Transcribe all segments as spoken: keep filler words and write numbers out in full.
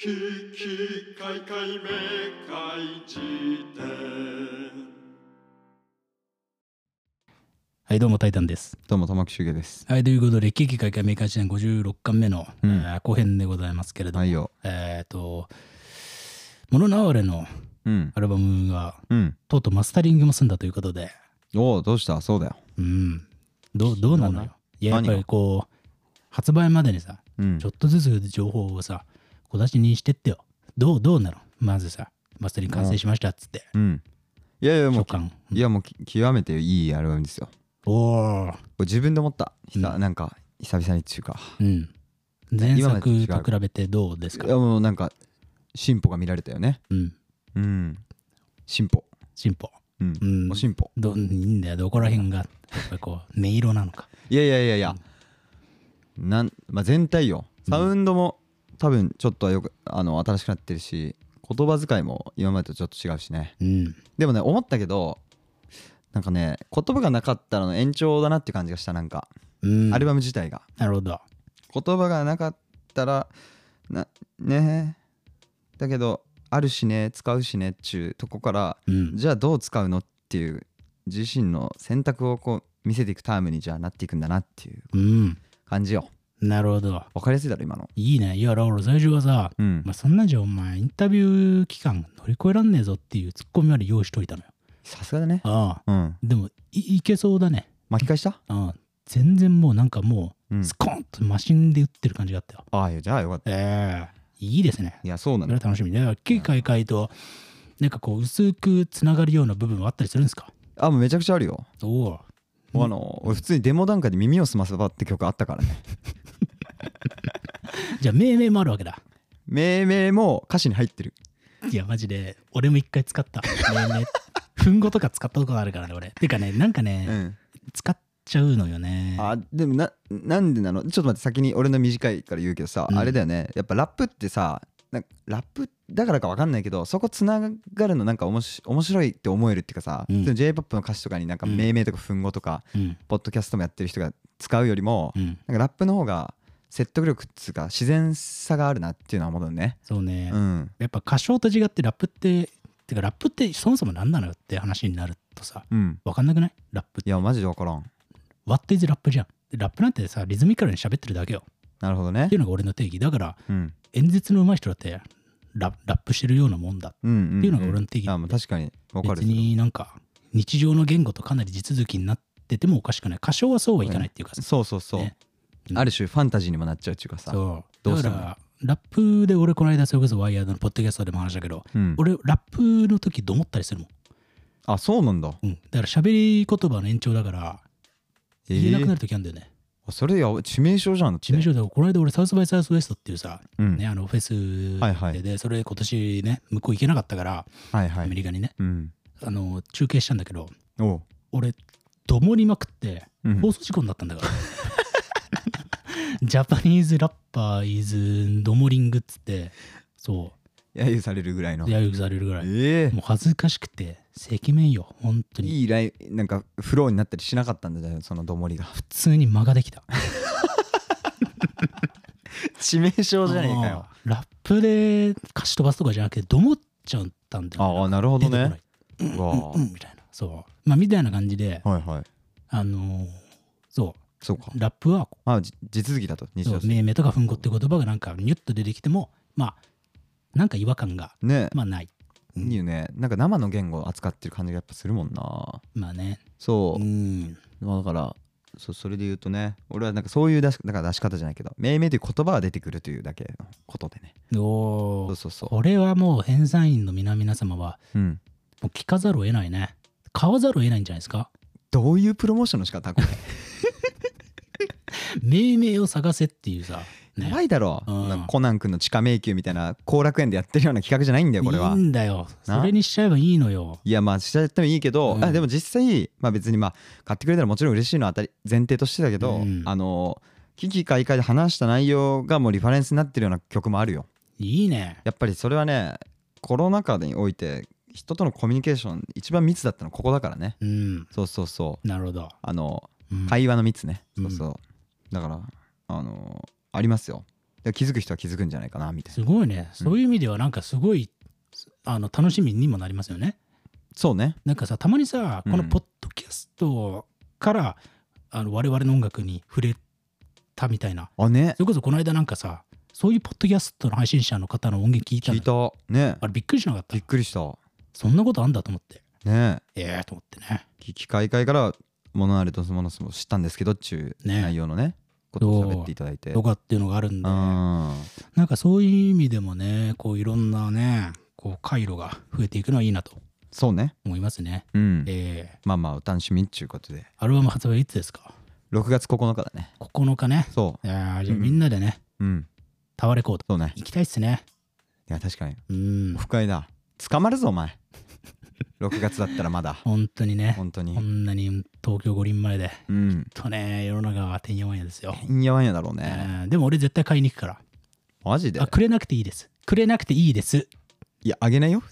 ききかいかいめかいじ典。 はい、どうもタイタンです。 どうも玉木修介です。 はい、ということで危機開会明快時点ごじゅうろっかんめの、 うんえー後編でございますけれども、 はいよ。 えっ、とモノナワレのうんアルバムがうん。 とうとうマスタリングも済んだということで、 おお、どうした？そうだよ。 うんどうどうなのよ。いややっぱりこう発売までにさ、 うんちょっとずつ情報をさ小出しにしてってよ。どうどうなの？まずさマスタリング完成しましたっつって、 うん。いやいやもう初感。 いやもうき極めていいアルバムですよ。 おお、 これ自分で思った。ひさうんなんか久々にっていうか。 うん前今までと違う作と比べてどうですか？ いやもうなんか進歩が見られたよね。 うんうん。進歩。 進歩。 うん。 うんお進歩。 どいいんだよ、どこら辺がやっぱりこう音色なのか。 いやいやいやいや。なんまあ全体よ。サウンドも多分ちょっとはよくあの新しくなってるし、言葉遣いも今までとちょっと違うしね。 うんでもね思ったけど。なんかね言葉がなかったらの延長だなって感じがした。なんか、 うんアルバム自体がなるほど。 言葉がなかったらなねだけどあるしね使うしねっちゅうとこから、 うんじゃあどう使うのっていう自身の選択をこう見せていくタームにじゃあなっていくんだなっていううん感じよ。 なるほど。 わかりやすいだろ今の。 いいね。いや、俺最初はさ、 うんまあ、そんなんじゃお前インタビュー期間乗り越えらんねえぞっていうツッコミまで用意しといたのよ。 さすがだね。 ああうんでも い, いけそうだね。 巻き返した。 ああ全然もうなんかもううんスコーンとマシンで打ってる感じがあったよ。 ああじゃあよかった。 ええいいですね。 いやそうなのそれは楽しみ。だから危機開会となんかこう薄くつながるような部分はあったりするんですか？ あもうめちゃくちゃあるよ。 おおもうあの俺普通にデモ段階で耳をすませばって曲あったからね。 じゃあ命名もあるわけだ。 命名も歌詞に入ってる。 いやマジで俺も一回使った命名ふんごとか使ったことがあるからね俺。てかねなんかね、 うん使っちゃうのよね。 あでもななんでなの。ちょっと待って先に俺の短いから言うけどさ、 うんあれだよねやっぱラップってさなんかラップだからか分かんないけどそこつながるのなんかおもし面白いって思えるっていうかさ、 うんジェイポップ の歌詞とかになんか命名とかふんごとか、 うんポッドキャストもやってる人が使うよりも、 うんなんかラップの方が説得力っつうか自然さがあるなっていうのは思うのね。 そうね、 うんやっぱ歌唱と違ってラップっててかラップってそもそも何なのよって話になるとさうん分かんなくない？ラップっていやマジで分からん。 What is ラップじゃん。でラップなんてさリズミカルに喋ってるだけよなるほどねっていうのが俺の定義だから、 うん演説の上手い人だってララップしてるようなもんだ。 うんうん、うん、 っていうのが俺の定義あもう確かに分かる。 別になんか日常の言語とかなり地続きになっててもおかしくない。歌唱はそうはいかないっていうかさ、 そうそうそう、 ねうんある種ファンタジーにもなっちゃうっていうかさ。 そうどうしてもだからラップで俺この間それこそワイヤードのポッドキャストでも話したけど、 うん、 俺ラップの時どもったりするもん、 あそうなんだ。 うん、だから喋り言葉の延長だからえ言えなくなーる時あるんだよね。 それや致命傷じゃん。だって致命傷だからこの間俺サウスバイサウスウエストっていうさ、 うんね、あのフェスで、 はいはいでそれ今年ね向こう行けなかったから、 はいはいアメリカにねうんあの中継したんだけどおう俺どもりまくってうん放送事故になったんだから、ジャパニーズラッパーイズドモリングっつってそ揶揄されるぐらいのう揶揄されるぐらいええもう恥ずかしくて赤面よ本当に。 いいライなんかフローになったりしなかったんだよそのどもりが。 普通に間ができた。 致命傷じゃねえかよ。 あーラップで歌詞飛ばすとかじゃなくてどもっちゃったんだよね。 ああなるほどね。 出てこない。 うわうんうんみたいな。そうまあみたいな感じではいはいあのーそそうか。 うラップはあじ地続きだと日そう常的命名とかふんごって言葉がなんかニュッと出てきてもまあなんか違和感がねまあない。うんいいよね。なんか生の言語を扱ってる感じがやっぱするもんな。 まあね。 そうう、 ん。 まあ、だからそそれで言うとね俺はなんかそういう出しだから出し方じゃないけど命名という言葉が出てくるというだけのことでね。 おーそうそうそう。 これはもう編纂員の皆々様はうんもう聞かざるを得ないね。買わざるを得ないんじゃないですか。 どういうプロモーションの仕方これ。 命名を探せっていうさ、ね、 やばいだろ、 うんなんかコナン君の地下迷宮みたいな後楽園でやってるような企画じゃないんだよこれは。 いいんだよ。 なそれにしちゃえばいいのよ。 いやまあしちゃってもいいけど、 うんあでも実際まあ別にまあ買ってくれたらもちろん嬉しいのは当たり前提としてだけど、 うんあの危機開会で話した内容がもうリファレンスになってるような曲もあるよ。 いいね。 やっぱりそれはねコロナ禍において人とのコミュニケーション一番密だったのここだからね。 うん。 そうそうそうなるほど。 あのうん会話の密ね、 うんそうそうだからあのありますよら気づく人は気づくんじゃないかなみたいな。 すごいね。そういう意味ではなんかすごい、あの楽しみにもなりますよね。 そうね。 なんかさ、たまにさ、このポッドキャストからあの我々の音楽に触れたみたいな。 あね。 それこそこの間なんかさ、そういうポッドキャストの配信者の方の音源聞いたん聞いだよ。 たね。 あれびっくりしなかったびっ。くりした。 そんなことあんだと思って。 ねええと思ってね。 危機開会からモノアルとモノスも知ったんですけどっちゅうね内容のねことを喋っていただいて。 とかっていうのがあるんで、 あなんかそういう意味でもね、こういろんなね、こう回路が増えていくのはいいなとそうね。 思いますね。 うん。 ええまあまあお楽しみっちゅうことで。 アルバム発売いつですか？ ろくがつここのかだね。 ここのかね。 そいやーじゃあみんなでね、 う。うん。 タワーレコードそうね。 行きたいっすね。 いや確かに。 うんオ。フ会だ。捕まるぞお前。ろくがつだったらまだ。 本当にね。 本当にこ。んなに東京五輪前で。 うん。 とね、世の中はてんやわんやですよ。 てんやわんやだろうえね。 ーでも俺絶対買いに行くから。 マジであ、くれなくていいです。くれなくていいです。 いやあげないよ。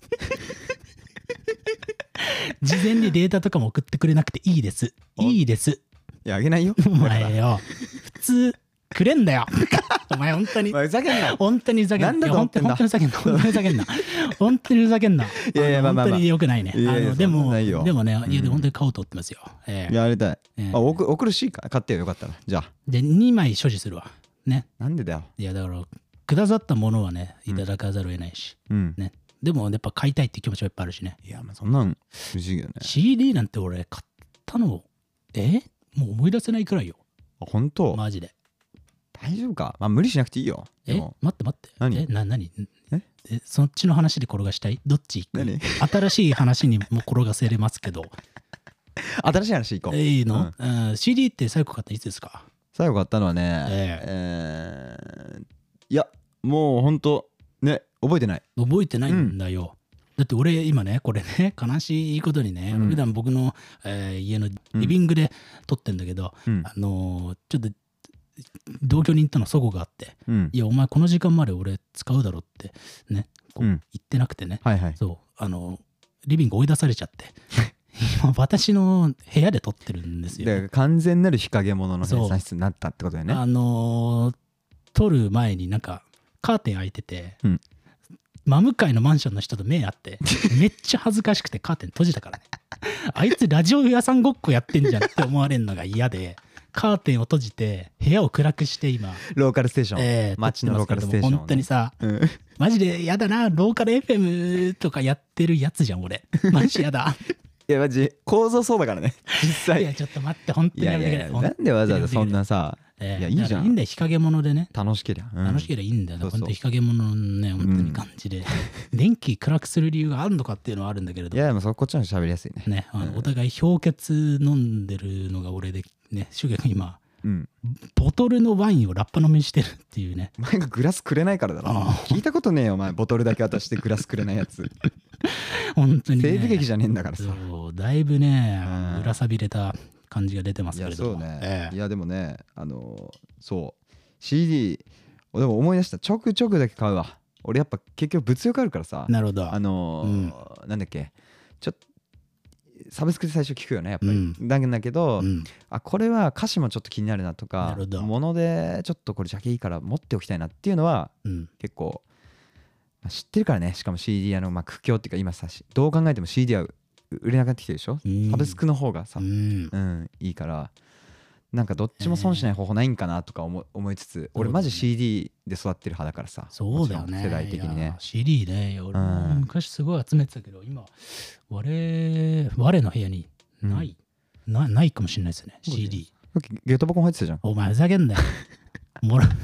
事前にデータとかも送ってくれなくていいです。いいです。 いやあげないよ。 お前よ。普通、くれんだよ。お前本当にお。前ふざけんな。 本当にふざけんな。 なんだと思ってんだいや本当に本当にふざけんな。本当にふざけんな。本当にふざけんな。 いやいやあのまあまあまあ本当に良くないね。 いやいやあのでも、 そんなないよでもね、いやうんで本当に買おうと思ってますよ。ええやりたい。 ええあ送送るしか買ってよよかったら。じゃあで、にまい所持するわ。ね。 なんでだよ。 いや、だから、くださったものはね、いただかざるを得ないし。 うん。 ね。でも、やっぱ買いたいっていう気持ちはいっぱいあるしね。 いやまあそんなん不思議よね。 シーディー なんて俺、買ったの、えもう思い出せないくらいよ。 あ本当。 マジで。 大丈夫か。まあ無理しなくていいよ。でえも待って待って。 何えな、何ええそっちの話で転がしたいどっち行く何新しい話にも転がせれますけど。 新しい話行こう。 えいいの、 うんうん、シーディー って最後買ったのいつですか？ 最後買ったのはね、 ええーいやもうほんとね覚えてない。 覚えてないんだよ。だって俺今ね、これね、悲しいことにね、 うん普段僕の、えー家のリビングで撮ってんだけど、 うんあのーちょっと同居人との齟齬があって、 うんいや、お前この時間まで俺使うだろってね、こううん言ってなくてね、 はいはい。 そう、あの、リビング追い出されちゃって、今私の部屋で撮ってるんですよ。 だから完全なる日陰者の生産室になったってことだよね。 あのー撮る前になんかカーテン開いてて、 うん真向かいのマンションの人と目合ってめっちゃ恥ずかしくてカーテン閉じたからね。あいつラジオ屋さんごっこやってんじゃんって思われるのが嫌で、カーテンを閉じて部屋を暗くして今、 ローカルステーション、 えー街のローカルステーションをね、 本当にさ、 うんマジで嫌だな、ローカル エフエム とかやってるやつじゃん俺。マジ嫌だ。 いやマジ構造そうだからね実い際。 やちょっと待って、本当いやいにやめてくれ。 やいやなんでわざわざそんなさ、 えーいやいいじゃんだからいいんだよ、日陰者でね。 楽しけりゃ、うん楽しければいいんだよね、 そうそう本当日陰者のね、本当に感じで。電気暗くする理由があるのかっていうのはあるんだけれど、 いやでもそこっちの方が喋りやすいね。 ね、あのうんお互い氷結飲んでるのが俺で、ね、シュゲ君今、 うん。 ボトルのワインをラッパ飲みしてるっていうね。 お前がグラスくれないからだろ。 ああ聞いたことねえよお前ボトルだけ渡してグラスくれないやつ。 本当に、ね。 西部劇じゃねえんだからさ。 そう、だいぶね、 うん裏さびれた感じが出てまいやすけれども。 そうね、 ええいやでもねあのそう シーディー でも思い出した。ちょくちょくだけ買うわ俺。やっぱ結局物欲あるからさ。 なるほど。 あのーなんだっけちょっとサブスクで最初聞くよねやっぱり、 うんだけど、 うん、 あこれは歌詞もちょっと気になるなとなかるほどものでちょっとこれジャケいいから持っておきたいなっていうのはうん、 結構、まあ知ってるからね。しかも シーディー あの、まあ、苦境っていうか今さしどう考えても シーディー は売れなくなってきてるでしょ、 うんサブスクの方がさ、 ううんん、 いいからなんかどっちも損しない方法ないんかなとか思思いつつ、俺マジ シーディー で育ってる派だからさ。 そうだよね。 もちろん世代的にいやね。 シーディー ね。いや俺もうん昔すごい集めてたけど、今、我、我の部屋にない、なないかもしれないですね、 そうだよシーディー。 さっきゲート箱入ってたじゃん。 お前ふざけんなよ。もら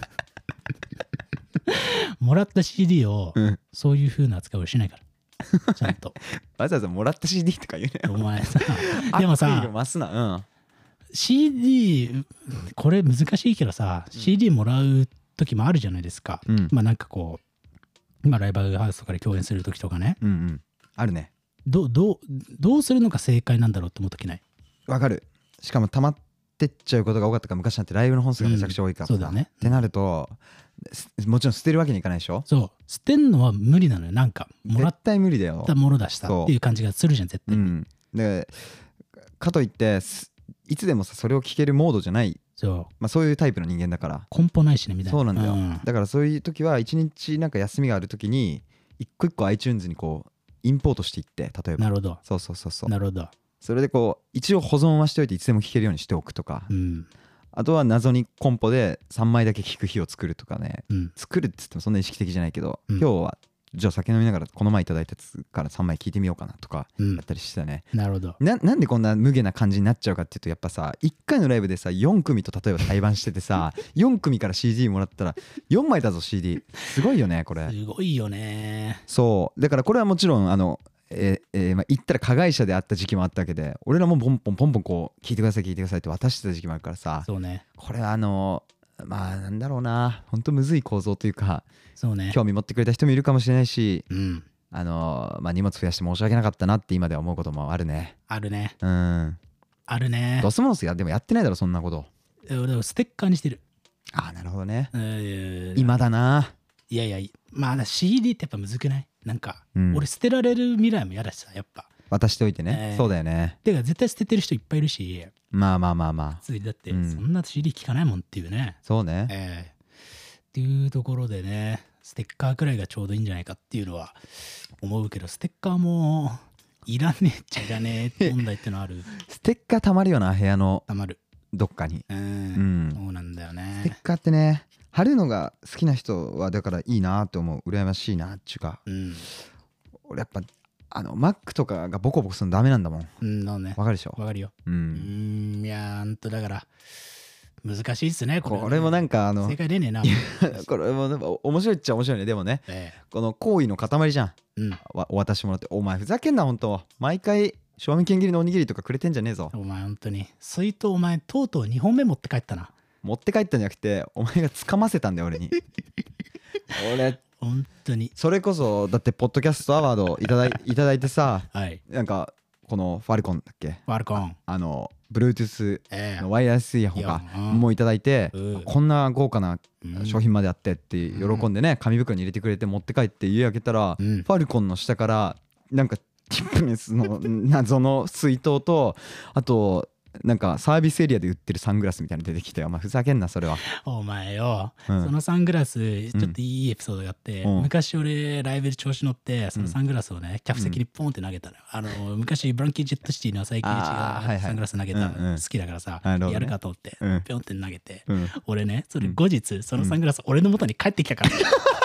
もらった シーディー をうんそういう風な扱いをしないから。ちゃんと。 わざわざもらった シーディー とか言うね。 お前さ、でも悪意がさ、 増すな。うんシーディー、これ難しいけどさ、シーディー もらう時もあるじゃないですか。 うんまあなんかこう、まあライブハウスとかで共演する時とかね。 うんうんあるね。 どうどうどうするのが正解なんだろうって思う時ない？ わかる。しかも溜まってっちゃうことが多かったから昔なんてライブの本数がめちゃくちゃ多いからさ、 うんそうだねってなるとすもちろん捨てるわけにいかないでしょ。 そう、捨てんのは無理なのよ。なんかもらっ絶対無理だよ。 たものだしさそうっていう感じがするじゃん絶対。 うんでかといってすいつでもさそれを聞けるモードじゃないそうまあ、そういうタイプの人間だから。 コンポないしねみたいな。 そうなんだよ、 んだからそういう時は一日なんか休みがある時に一個一個 iTunes にこうインポートしていって、例えばなるほどそうそうそうそうなるほど。 それでこう一応保存はしておいていつでも聴けるようにしておくとか、 うんあとは謎にコンポでさんまいだけ聴く日を作るとかね。 うん作るっつってもそんな意識的じゃないけど、 うん今日はじゃあ酒飲みながらこの前いただいたやつからさんまい聴いてみようかなとかうんやったりしてたね。 なるほど。 ななんでこんな無下な感じになっちゃうかっていうと、やっぱさいっかいのライブでさよん組と例えば対バンしててさよん組から シーディー もらったらよんまいだぞ シーディー。 すごいよねこれ。 すごいよね。 そうだからこれはもちろんあのえーえーまあ、言ったら加害者であった時期もあったわけで、俺らもポンポンポンポンこう聞いてください聞いてくださいって渡してた時期もあるからさ、 そうねこれはあのまあなんだろうな、ほんとむずい構造というか、 そうね。 興味持ってくれた人もいるかもしれないし、 うんあのまあ荷物増やして申し訳なかったなって今では思うこともあるね。 あるねうんあるね。 ドスモノスやでもやってないだろそんなこと。 俺はステッカーにしてる。 ああなるほどね。 えー今だな。 いやいやまあ シーディー ってやっぱむずくない？なんか、 うん俺捨てられる未来も嫌だしさやっぱ。 渡しておいてね、 えーそうだよね。 てか絶対捨ててる人いっぱいいるし、 まあまあまあまあついだってうんそんな シーディー 聞かないもんっていうね。 そうね。 ええっていうところでね、ステッカーくらいがちょうどいいんじゃないかっていうのは思うけど、ステッカーもいらねえっちゃいらねえって問題ってのある。 ステッカーたまるよな部屋のたまる。 どっかに。 うん、 うんそうなんだよステッね。 カーってね貼るのが好きな人はだからいいなと思う。羨ましいなっていうか、 うん、 俺やっぱあの Mac とかがボコボコするのダメなんだもん。 うん、のね。 わかるでしょ。 わかるよ。 ううんん、いやー、ほんとだから難しいっすね、これはね、 これもなんかあの正解出ねえな。 これもでも面白いっちゃ面白いね。でもねえこの行為の塊じゃん。 えうん。 わお渡しもらって、お前ふざけんなほんと、毎回賞味期限切りのおにぎりとかくれてんじゃねえぞ。 お前ほんとに。水筒お前とうとうにほんめ持って帰ったな。 持って帰ったんじゃなくてお前が掴ませたんだよ俺に。俺本当に。 それこそだってポッドキャストアワードいただいいただいてさ、 はい。 なんかこのファルコンだっけ、 ファルコン。 あの Bluetooth ええのワイヤレスイヤホンかいやうんもういただいて、 うんこんな豪華なうん商品まであってって喜んでね、紙袋に入れてくれて持って帰って家開けたら、 うんファルコンの下からなんかティップネスの謎の水筒と、あとなんかサービスエリアで売ってるサングラスみたいなの出てきて、お前ふざけんなそれは。 お前よ、 うんそのサングラスちょっといいエピソードがあって、 うん昔俺ライブで調子乗ってそのサングラスをね客席にポンって投げたのよ、あの昔ブランキー・ジェットシティの佐伯一あーはいはいがサングラス投げたうんうん好きだからさ、 なるほどねやるかと思って、 うんピョンって投げて、 うん俺ねそれ後日そのサングラス俺の元に帰ってきたから、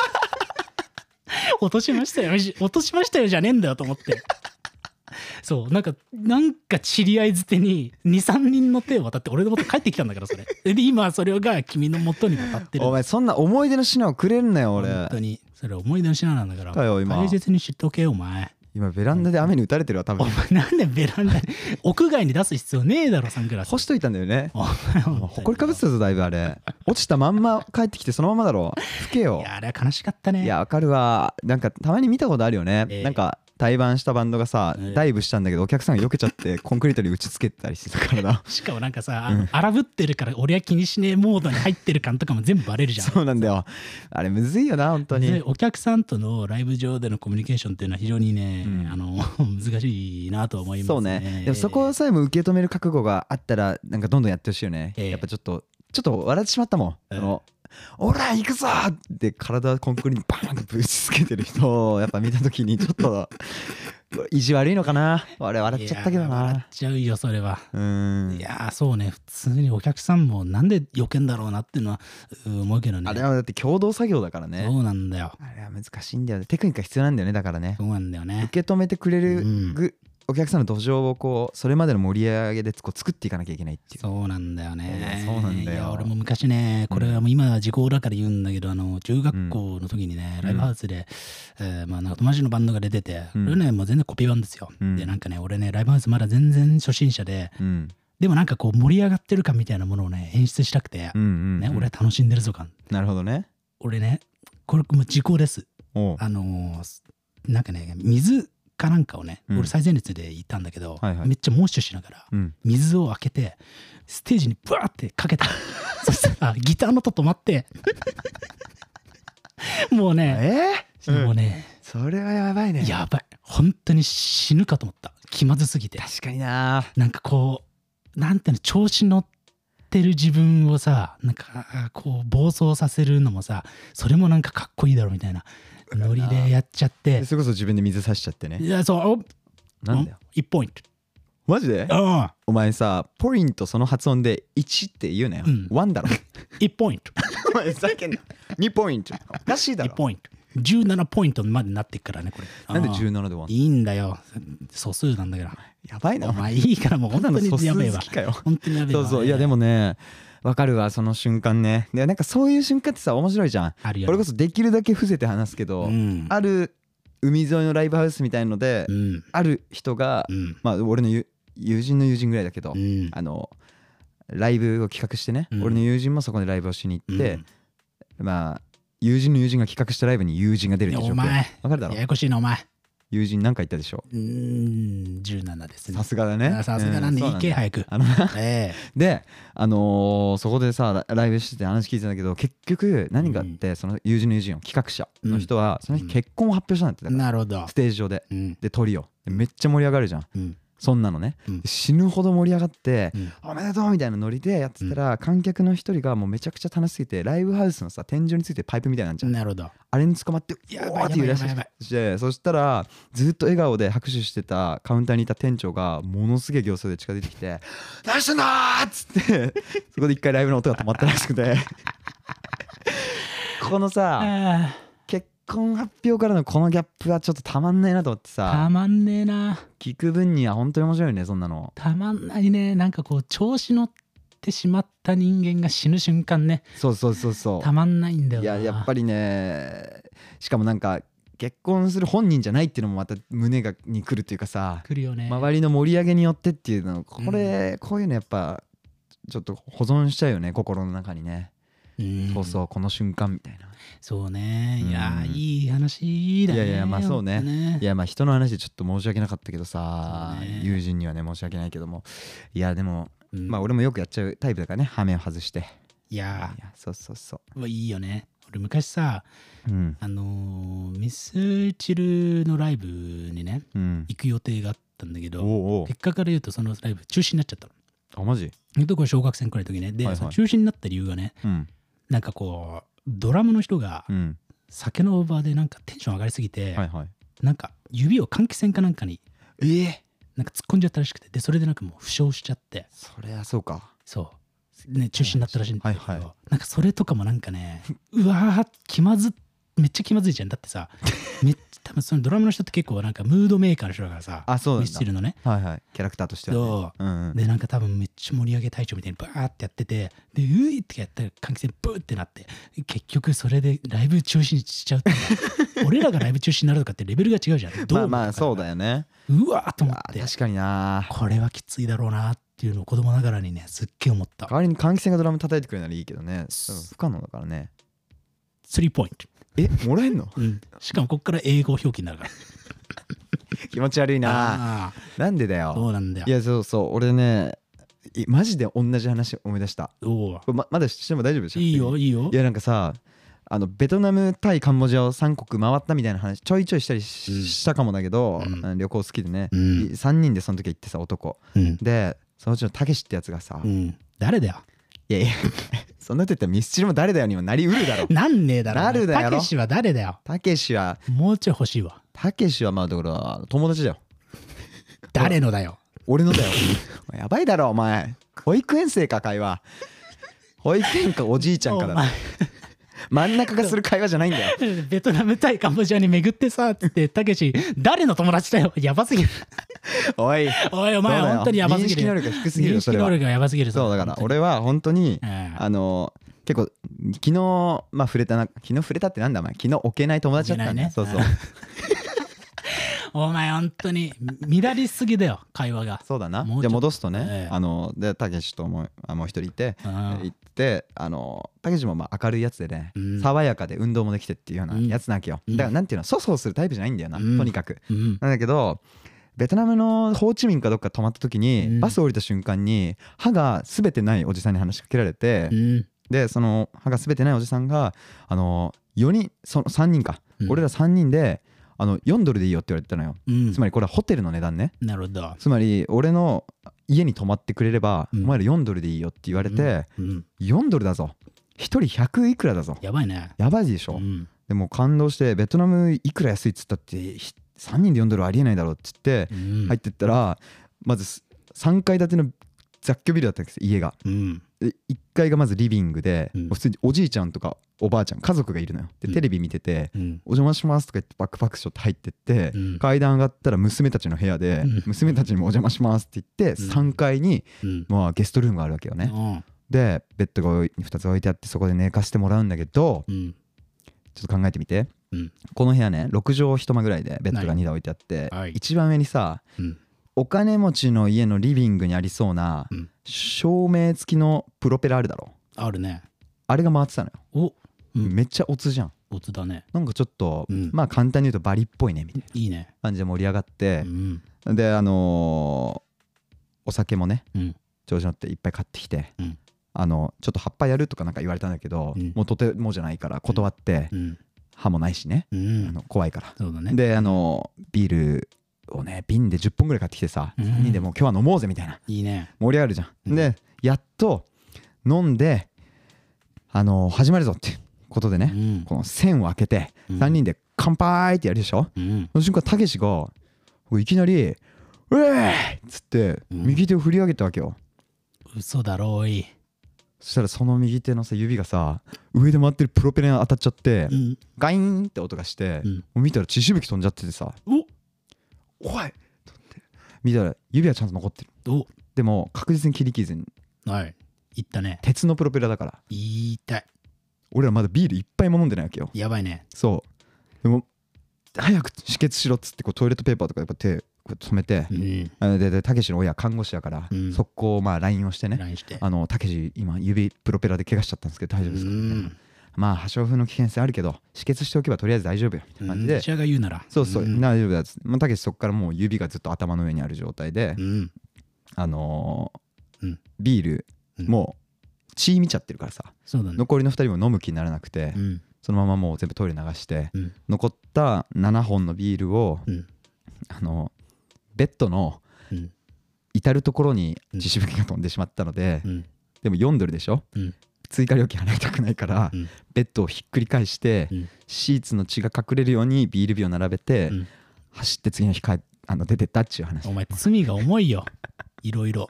落としましたよ落としましたよじゃねえんだよと思って。そうなんかなんか知り合いづてににさんにんの手を渡って俺の元帰ってきたんだからそれで今それが君の元に渡ってる。 お前そんな思い出の品をくれるなよ俺。 本当にそれ思い出の品なんだからだよ今大切に知っとけよお前。 今ベランダで雨に打たれてるわ多分。 お前なんでベランダに屋外に出す必要ねえだろサングラス。 干しといたんだよね。 お前ほこりかぶってたぞだいぶあれ。落ちたまんま帰ってきてそのままだろ。吹けよい。やあれは悲しかったね。 いやわかるわ。なんかたまに見たことあるよね、 ええなんか対バンしたバンドがさ、 ええダイブしたんだけどお客さんが避けちゃってコンクリートに打ちつけたりしてたからだ。 しかもなんかさ、あの荒ぶってるから俺は気にしねえモードに入ってる感とかも全部バレるじゃん。 そうなんだよ。あれむずいよな本当でに。 お客さんとのライブ上でのコミュニケーションっていうのは非常にね、 うんあの難しいなと思いますね。 そうね。でもそこさえも受け止める覚悟があったらなんかどんどんやってほしいよね、 ええやっぱちょっとちょっと笑ってしまったもん、 ええそのオラ行くぞって体コンクリにバーンとぶちつけてる人をやっぱ見た時にちょっと意地悪いのかな、俺笑っちゃったけどいや笑っな。 ちゃうよそれは。 うーんいやーそうね普通にお客さんもなんで避けんだろうなっていうのはう思うけどね。 あれはだって共同作業だからね。 そうなんだよ。 あれは難しいんだよね。テクニックが必要なんだよね。だからねそうなんだよね。 受け止めてくれるうんぐ、お客さんの土壌をこうそれまでの盛り上げでこう作っていかなきゃいけないっていう。 そうなんだよね。 いやそうなんだよいや俺も昔ねこれはもう今時効だから言うんだけど、あの中学校の時にね、 うんライブハウスで、えーまあなんか友達のバンドが出てて、 うんこれねもう全然コピー版ですよ、 うんでなんかね俺ねライブハウスまだ全然初心者で、 うんでもなんかこう盛り上がってる感みたいなものをね演出したくて、 うんうんうんね、俺は楽しんでるぞ感。 なるほどね。 俺ねこれもう時効です。 おうあのーなんかね水かなんかをね、 うん俺最前列で行ったんだけど、 はいはいめっちゃモッシュしながらうん水を開けてステージにブワーってかけたそしたらギターの音止まってもうね、 えー、 もうね、 それはやばいね。 やばい本当に死ぬかと思った。気まずすぎて。 確かにな。 なんかこうなんていうの調子乗っってる自分をさなんかこう暴走させるのもさそれもなんかかっこいいだろみたいなノリでやっちゃってでそれこそ自分で水差しちゃってね。 いやそうなんだよいちポイントマジでうんお前さポイントその発音でいちって言うなよ、 うんワンだろいちポイントお前ふざけんなにポイントおかしいだいちろポイントじゅうななポイントまでなってっからねこれなんでうんじゅうななで終わんのいいんだよ素数なんだからやばいなお前いいからもう本当にやべえわ好きかよ本当にやべえわそうそういやでもねわかるわその瞬間ね。でなんかそういう瞬間ってさ面白いじゃん。 あるよこれこそできるだけ伏せて話すけど、 うんある海沿いのライブハウスみたいので、 うんある人が、 うんまあ俺の友友人の友人ぐらいだけど、 うんあのライブを企画してね、 うん俺の友人もそこでライブをしに行ってうん、 まあ友人の友人が企画したライブに友人が出るって状況。 お前わかるだろややこしいなお前友人何か言ったでしょ。 うーんじゅうななですねさすがだね。 あさすがなんでういけ早くあのえで、あのーそこでさライブしてて話聞いてたんだけど結局何があって、その友人の友人を企画者の人はその日結婚を発表したんだってだからえなるほどステージ上でうんでトリオでめっちゃ盛り上がるじゃんうんそんなのね、 うんで死ぬほど盛り上がって、 うんおめでとうみたいなノリでやってたら、観客の一人がもうめちゃくちゃ楽しすぎてライブハウスのさ天井についてパイプみたいなんじゃん、 なるほどあれに捕まってやばいおーって揺らしやばいやばいしてそしたらずっと笑顔で拍手してたカウンターにいた店長がものすげえ形相で近づいてきて「何してんだ!」っつってそこで一回ライブの音が止まったらしくてこのさあ結婚発表からのこのギャップはちょっとたまんないなと思ってーさたまんねえな聞く分には本当に面白いよねそんなの。 たまんないねなんかこう調子乗ってしまった人間が死ぬ瞬間ねそうそうそうそうたまんないんだよいなややっぱりねしかもなんか結婚する本人じゃないっていうのもまた胸がにくるっていうかさ来るよね周りの盛り上げによってっていうのこれ、こういうのやっぱちょっと保存しちゃうよね心の中にね、 うんそうそうこの瞬間みたいな。 そうねいやうんいい話だねいやいやまあそうねほんとねいやまあ人の話でちょっと申し訳なかったけどさ、 そうね友人にはね申し訳ないけどもいやでも、 うんまあ俺もよくやっちゃうタイプだからね羽目を外していやいやそうそうそいいよね俺昔さううんあのーミスチルのライブにねうん行く予定があったんだけおどうおう結果から言うとそのライブ中止になっちゃったのあマジでこれ小学生くらいの時ねで、 はいはいその中止になった理由がねうんなんかこうドラムの人がうん酒のオーバーでなんかテンション上がりすぎて、 はいはいなんか指を換気扇かなんかにええなんか突っ込んじゃったらしくてでそれでなんかもう負傷しちゃってそりゃそうかそうね中止になったらしいんだけど、 はいはいなんかそれとかもなんかねうわー気まずめっちゃ気まずいじゃんだってさめっちゃ多分そのドラムの人って結構なんかムードメーカーの人だからさあそうなんだミスチルのねはいはいキャラクターとしては、ね、 そううんうんでなんか多分めっちゃ盛り上げ隊長みたいにバーってやっててでういってやったら換気扇ブーってなって結局それでライブ中止にしちゃうってさ俺らがライブ中止になるとかってレベルが違うじゃんどまあまあそうだよよねうわーと思ってあ確かになこれはきついだろうなっていうのを子供ながらにねすっげえ思った代わりに換気扇がドラム叩いてくれるならいいけどね多分不可能だからねスリーポイント、 えもらえんのうん、しかもこっから英語表記になるから気持ち悪いなああなんでだよそうなんだよいやそうそう俺ねいマジで同じ話思い出したおうこれ ま, まだしても大丈夫でしょいいよいいよいやなんかさあのベトナムタイカンボジアをさんこく回ったみたいな話ちょいちょいしたりし,、 うんしたかもだけど、 うんあの旅行好きでね、 うんさんにんでその時行ってさ男うん、 でそのうちのたけしってやつがさ、いうん、誰だよやいやそんなこと言ったらミスチルも誰だよにもなりうるだろなんねえだろなるだよたけしは誰だよたけしはもうちょい欲しいわたけしはまあだから友達だよ誰のだよ俺のだよやばいだろお前保育園生か会話保育園かおじいちゃんかだろお前真ん中がする会話じゃないんだよベトナム対カンボジアに巡ってさつってたけし誰の友達だよやばすぎるおいおいお前そうだよ本当にやばすぎる認識能力が低すぎるよ認識能力がやばすぎるそうだから俺は本当にうんあの結構昨日まあ触れたな昨日触れたってなんだお前昨日置けない友達だったんだよ、 置けないねそうそうお前本当に乱りすぎだよ会話がそうだなもうちょっとじゃあ戻すとね、 ええあのでたけしともあもう一人いてうん行ってあのたけしもまあ明るいやつでね、 うん爽やかで運動もできてっていうようなやつなわけよ、 うんだからなんていうの粗相するタイプじゃないんだよな、 うんとにかくうんなんだけどベトナムのホーチミンかどっか泊まった時に、 うんバス降りた瞬間に歯が全てないおじさんに話しかけられて、 うんでその歯が全てないおじさんがあのよにんそのさんにんか、 うん俺らさんにんであのよんドルでいいよって言われてたのよ、 うんつまりこれはホテルの値段ねなるほどつまり俺の家に泊まってくれれば、 うんお前らよんドルでいいよって言われて、 うんうんよんドルだぞ、ひとりひゃくいくらだぞ、 やばいね。 やばいでしょ、 うんでも感動して、ベトナムいくら安いっつったってひさんにんでよんドルありえないだろうっつってうん入ってったら、まずさんかい建ての雑居ビルだったんですよ、家が。 うんでいっかいがまずリビングで、 うん普通におじいちゃんとかおばあちゃん家族がいるのよ。でうんテレビ見てて、 うんお邪魔しますとか言ってバックパックしょって入ってって、 うん階段上がったら娘たちの部屋で、 うん娘たちにもお邪魔しますって言って、 うんさんかいに、 うんまあ、ゲストルームがあるわけよね。 うんでベッドがふたつ置いてあって、そこで寝かしてもらうんだけど、 うんちょっと考えてみて、 うんこの部屋ねろくじょう一間ぐらいでベッドがにだい置いてあって、 はい一番上にさ、 うんお金持ちの家のリビングにありそうな、 うん照明付きのプロペラあるだろ。 あるね。 あれが回ってたのよ、 おうんめっちゃオツじゃん。 ボツだね。 なんかちょっと、 うんまあ簡単に言うとバリっぽいねみたいないいね。 感じで盛り上がっうて、 んであのーお酒もねうん調子乗っていっぱい買ってきて、 うんあのちょっと葉っぱやるとかなんか言われたんだけど、 うんもうとてもじゃないから断って、 うん歯もないしね、 うあんの怖いから。 そうだね。 であのビールをね瓶でじゅっぽんぐらい買ってきてさ、 うんさんにんでもう今日は飲もうぜみたいないいね。 盛り上がるじゃん、 うんでやっと飲んであの始まるぞってことでね、 うんこの栓を開けてうんさんにんで乾杯ってやるでしょ、 うんその瞬間たけしがいきなり「うえー!」っつってうん右手を振り上げたわけよ。 嘘だろおい。 そしたらその右手のさ指がさ上で回ってるプロペラに当たっちゃって、 うんガイーンって音がして、 うんもう見たら血しぶき飛んじゃっててさお 「おい!」と思って見たら指はちゃんと残ってる。 おでも確実に切り傷にはい言ったね。 鉄のプロペラだから言いたい。 俺らまだビールいっぱいも飲んでないわけよ。 やばいね。 そうでも早く止血しろっつってこうトイレットペーパーとかやっぱ手こうやって止めて、 うんあのででたけしの親看護師だから、 うん速攻まあ ライン をしてね、 ラインして。 あのたけし今指プロペラで怪我しちゃったんですけど大丈夫ですかみたいな、 うんまあ破傷風の危険性あるけど止血しておけばとりあえず大丈夫よみたいな感じで、 医者が言うなら。 そうそう、 ん大丈夫だっつって、まあ、たけしそこからもう指がずっと頭の上にある状態で、 うんあのーうんビールうんもう血見ちゃってるからさ、 そうだね。 残りのふたりも飲む気にならなくて、 うんそのままもう全部トイレ流して、 うん残ったななほんのビールを、 うんあのベッドのうん至る所に血しぶきが飛んでしまったので、 うんでもよんドルでしょ、 うん追加料金払いたくないから、 うんベッドをひっくり返して、 うんシーツの血が隠れるようにビール瓶を並べて、 うん走って次の日帰あの出てったっていう話。 お前罪が重いよ。いろいろ。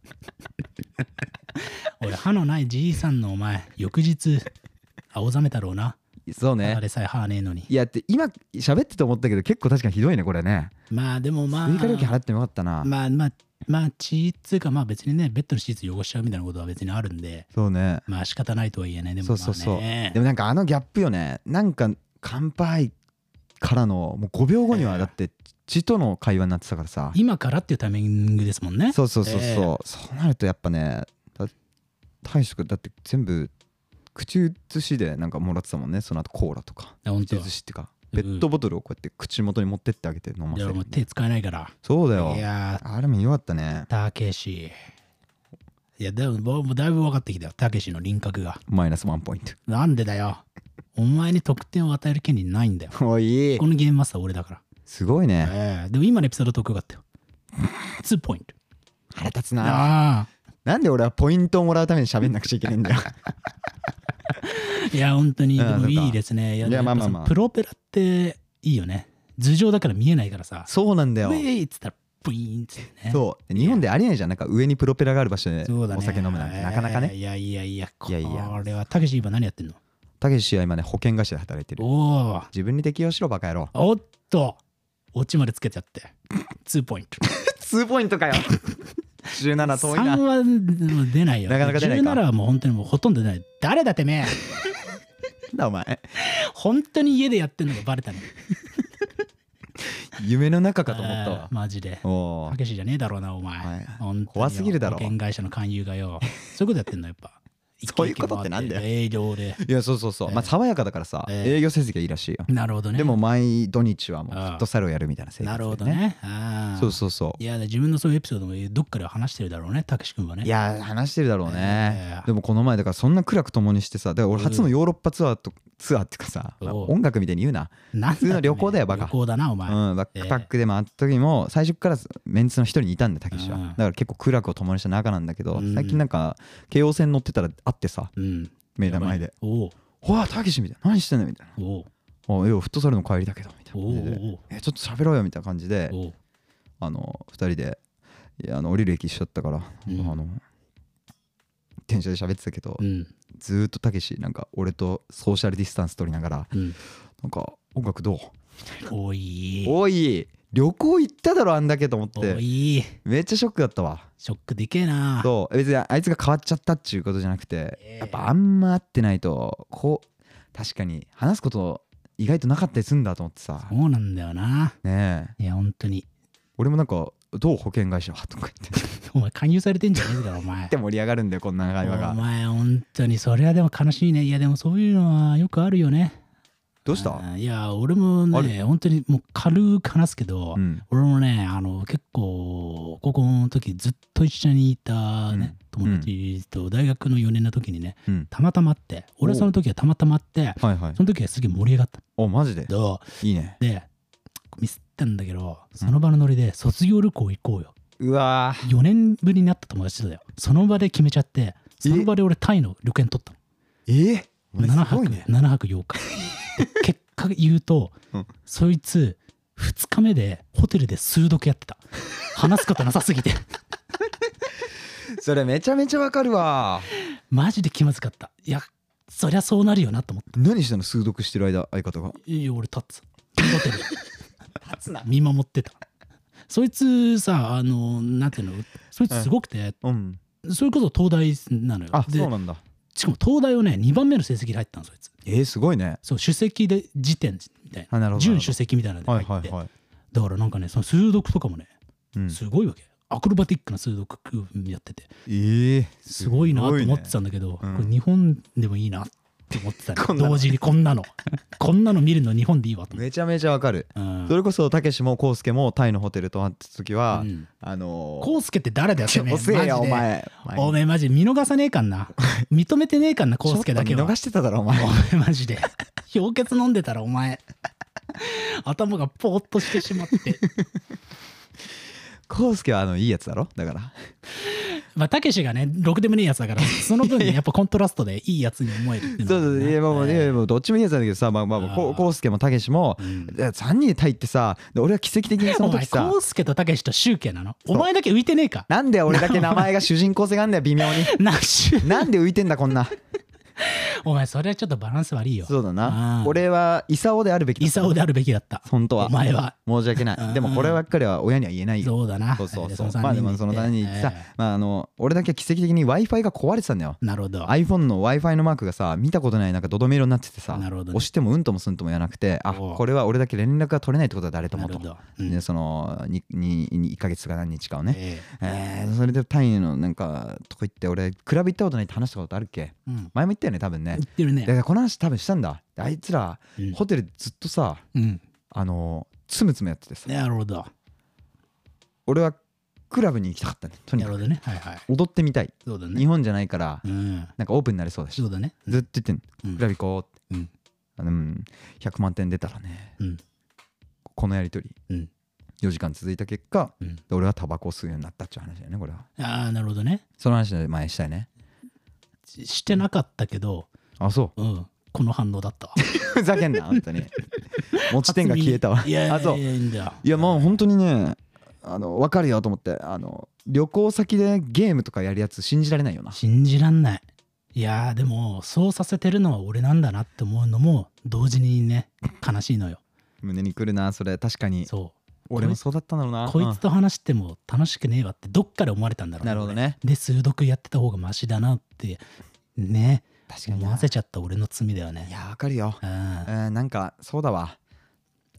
俺歯のないじいさんのお前翌日青ざめたろうな。 そうねあれさえ歯ねえのに。 いやって今喋ってて思ったけど結構確かにひどいねこれね。 まあでもまあ追加料金払ってもよかったな、 まあまあまあ血っつうかまあ別にねベッドのシーツ汚しちゃうみたいなことは別にあるんでそうねまあ仕方ないとはいえねでもまあねそうそうそうでもなんかあのギャップよね。なんか乾杯からのもうごびょうごにはだって血との会話になってたからさ、 今からっていうタイミングですもんね。 そうそうそうそう、 ええそうなるとやっぱねだ大志くんだって全部口移しでなんかもらってたもんね。その後コーラとか口あ本当移しっていうかうんペットボトルをこうやって口元に持ってってあげて飲まいやせるもう手使えないから。 そうだよいやあれもよかったね。 たけしいやでももうだいぶ分かってきたよたけしの輪郭が。 マイナスワンポイントなんでだよお前に得点を与える権利ないんだよ。 おいこのゲームマスター俺だから。 すごいね。 ええでも今のエピソード得よかったよ。にポイント。 腹立つな。 ああなんで俺はポイントをもらうために喋んなくちゃいけないんだよいや本当にでああそうかもいいですね。いやいやまあまあまあやっぱそのプロペラっていいよね。頭上だから見えないからさ。 そうなんだよウェイっつったらブイーンっつってね。 そう日本でありえないじゃん。なんか上にプロペラがある場所でそうだねお酒飲むなんてなかなかね。 いやいやいやこいやいやれはたけし今何やってんの。 たけしは今ね保険会社で働いてる。 おお自分に適用しろバカ野郎。 おっとオチまでつけちゃってにポイント。 にポイントかよじゅうなな遠いな。 さんは出ないよ。 なかなか出ないかじゅうななはもう本当にもうほとんど出ない。誰だてめえなんだお前本当に家でやってんのがバレたね。 夢の中かと思ったあーわ。 マジで。 おーたけしじゃねえだろうなお前。 はい本当に怖すぎるだろ保険会社の勧誘がよ。そういうことやってんのやっぱ。 そういうことってなんだよ営業で。 いやそうそうそう、 えーまあ爽やかだからさ、 えー営業成績はいいらしいよ。 なるほどね。 でも毎土日はもうフットサルをやるみたいな生活で、ね、 なるほどね。あーそうそうそう。 いや自分のそういうエピソードもどっかで話してるだろうね、たけし君はね。 いや話してるだろうね、 えーでもこの前だからそんな苦楽ともにしてさ、だから俺初のヨーロッパツアーとツアーっていうかさ、まあおう音楽みたいに言うな、 なんだってね普通の旅行だよバカ旅行だなお前。 うん、バックパックで回った時も最初からメンツの一人にいたんだたけしは、 うんだから結構苦楽を共にした仲なんだけど、 うん最近なんか京王線乗ってたら会ってさ、 うん。 目の前でおう 「ほらたけし」みたいな「何してんの?」みたいなおう 「おいよフットサルの帰りだけど」みたいな感じでおうおうえちょっと喋ろうよみたいな感じでおうあのふたりでいやあの降りる駅一緒だったから、 うんあの電車で喋ってたけど、 うんずーっとたけしなんか俺とソーシャルディスタンス取りながらうん。 なんか音楽どうおいおい旅行行っただろあんだけと思っおていめっちゃショックだったわ。 ショックでけえな。 そう別にあいつが変わっちゃったっていうことじゃなくて、 ええやっぱあんま会ってないとこう確かに話すこと意外となかったりするんだと思ってさそうなんだよな。 ねえいや本当に俺もなんかどう保険会社とか言ってお前勧誘されてんじゃねえかお前。 で盛り上がるんだよこんな会話おが。 前本当にそれはでも悲しいね。いやでもそういうのはよくあるよね。 どうしたあーいや俺もあね本当にもう軽く話すけど、 うん俺もねあの結構高校の時ずっと一緒にいたね、友達と大学のよねんの時にねうんたまたま会って俺はその時はたまたま会ってはいはいその時はすげえ盛り上がったおマジでどいいね。 でミスったんだけどその場のノリで卒業旅行行こうよ、 うわよねんぶりになった友達だよ。その場で決めちゃってその場で俺タイの旅券取ったの。 ーえー、 ななはく、 すごいね。 ななはくようかで結果言うと、 うんそいつふつかめでホテルで数読やってた。話すことなさすぎてそれめちゃめちゃわかるわ。 マジで気まずかった。いやそりゃそうなるよなと思って何したの数読してる間相方が。 いいよ俺立つホテル立つな。 見守ってた。そいつさあのなんていうのそいつすごくて、 うん。 それこそ東大なのよ。 あでそうなんだ。 しかも東大をねにばんめの成績で入ったのそいつ。 えー、すごいね。 そう首席で時点みたいなあなるほど準首席みたいなので入って、 はいはいはい。 だからなんかねその数読とかもねうん、 すごいわけ。アクロバティックな数読やっててえー、 すごいなと思ってたんんだけど、 うんこれ日本でもいいなって思ってたねこんなの同時にこんなのこんなの見るの日本でいいわと思って。 めちゃめちゃわかる。 うんそれこそたけしもこうすけもタイのホテル泊まった時は、 うんあのー、 コウスケって誰だよてめえ遅えよおマジで前。 おめえマジで見逃さねえかんな認めてねえかんなコウスケだけはちょっと見逃してただろお前。 お前マジで氷結飲んでたらお前頭がポーッとしてしまってこうすけはあのいいやつだろだから。 まあたけしがねろくでもねえやつだからその分ねやっぱコントラストでいいやつに思えるっていうそうのがねそういやもういやもうどっちもいいやつなんだけどさまあまあまあこうこうすけもたけしもうんさんにんでタイってさで俺は奇跡的にそお前の時さコウスケとたけしとシュウケイなのお前だけ浮いてねえかなんで俺だけ名前が主人公性があんだよ微妙に。 なしなんで浮いてんだこんな。 お前それはちょっとバランス悪いよ。 そうだなうん俺はイサオであるべきだイサオであるべきだった本当はお前は。 申し訳なうんいでもこればっかりは親には言えないよ。 そうだなそうそうでそうの三人にまあでもそのために言ってさえまああの俺だけ奇跡的に Wi-Fi が壊れてたんだよ。 えなるほど iPhone の Wi-Fi のマークがさ見たことないなんかドドメ色になっててさなるほどね押してもうんともすんともやらなくてあおうこれは俺だけ連絡が取れないってことは誰ともとなるほどうんでそのにににいっかげつか何日かをねえええーそれでタイのなんかとこ行って俺クラブ行ったことないって話したことあるっけうん前も言ったよね多分ね言ってるねだからこの話多分したんだあいつらうんホテルずっとさうんあのつむつむやっててさなるほど俺はクラブに行きたかったねとにかくなるほどねはいはい踊ってみたいそうだね日本じゃないからうんなんかオープンになれそうだしそうだねずっと言ってんうんクラブ行こうってうんあのうんひゃくまんてん出たらねうんこのやりとりうんよじかん続いた結果うん俺はタバコを吸うようになったっていう話だよねこれはああなるほどねその話で前したいねししてなかったけどあそううんこの反応だったわふざけんな本当に持ち点が消えたわいやいやあそういやいいんだよいやもう本当にねあの分かるよと思ってあの旅行先でゲームとかやるやつ信じられないよな信じらんない。いやーでもそうさせてるのは俺なんだなって思うのも同時にね悲しいのよ。 胸にくるなそれ確かにそう俺もそうだったんだろうなこいつと話しても楽しくねえわってどっかで思われたんだろうなるほどね俺で数読やってた方がマシだなってね確かにな思わせちゃった俺の罪だよね。 いや分かるようんえーなんかそうだわ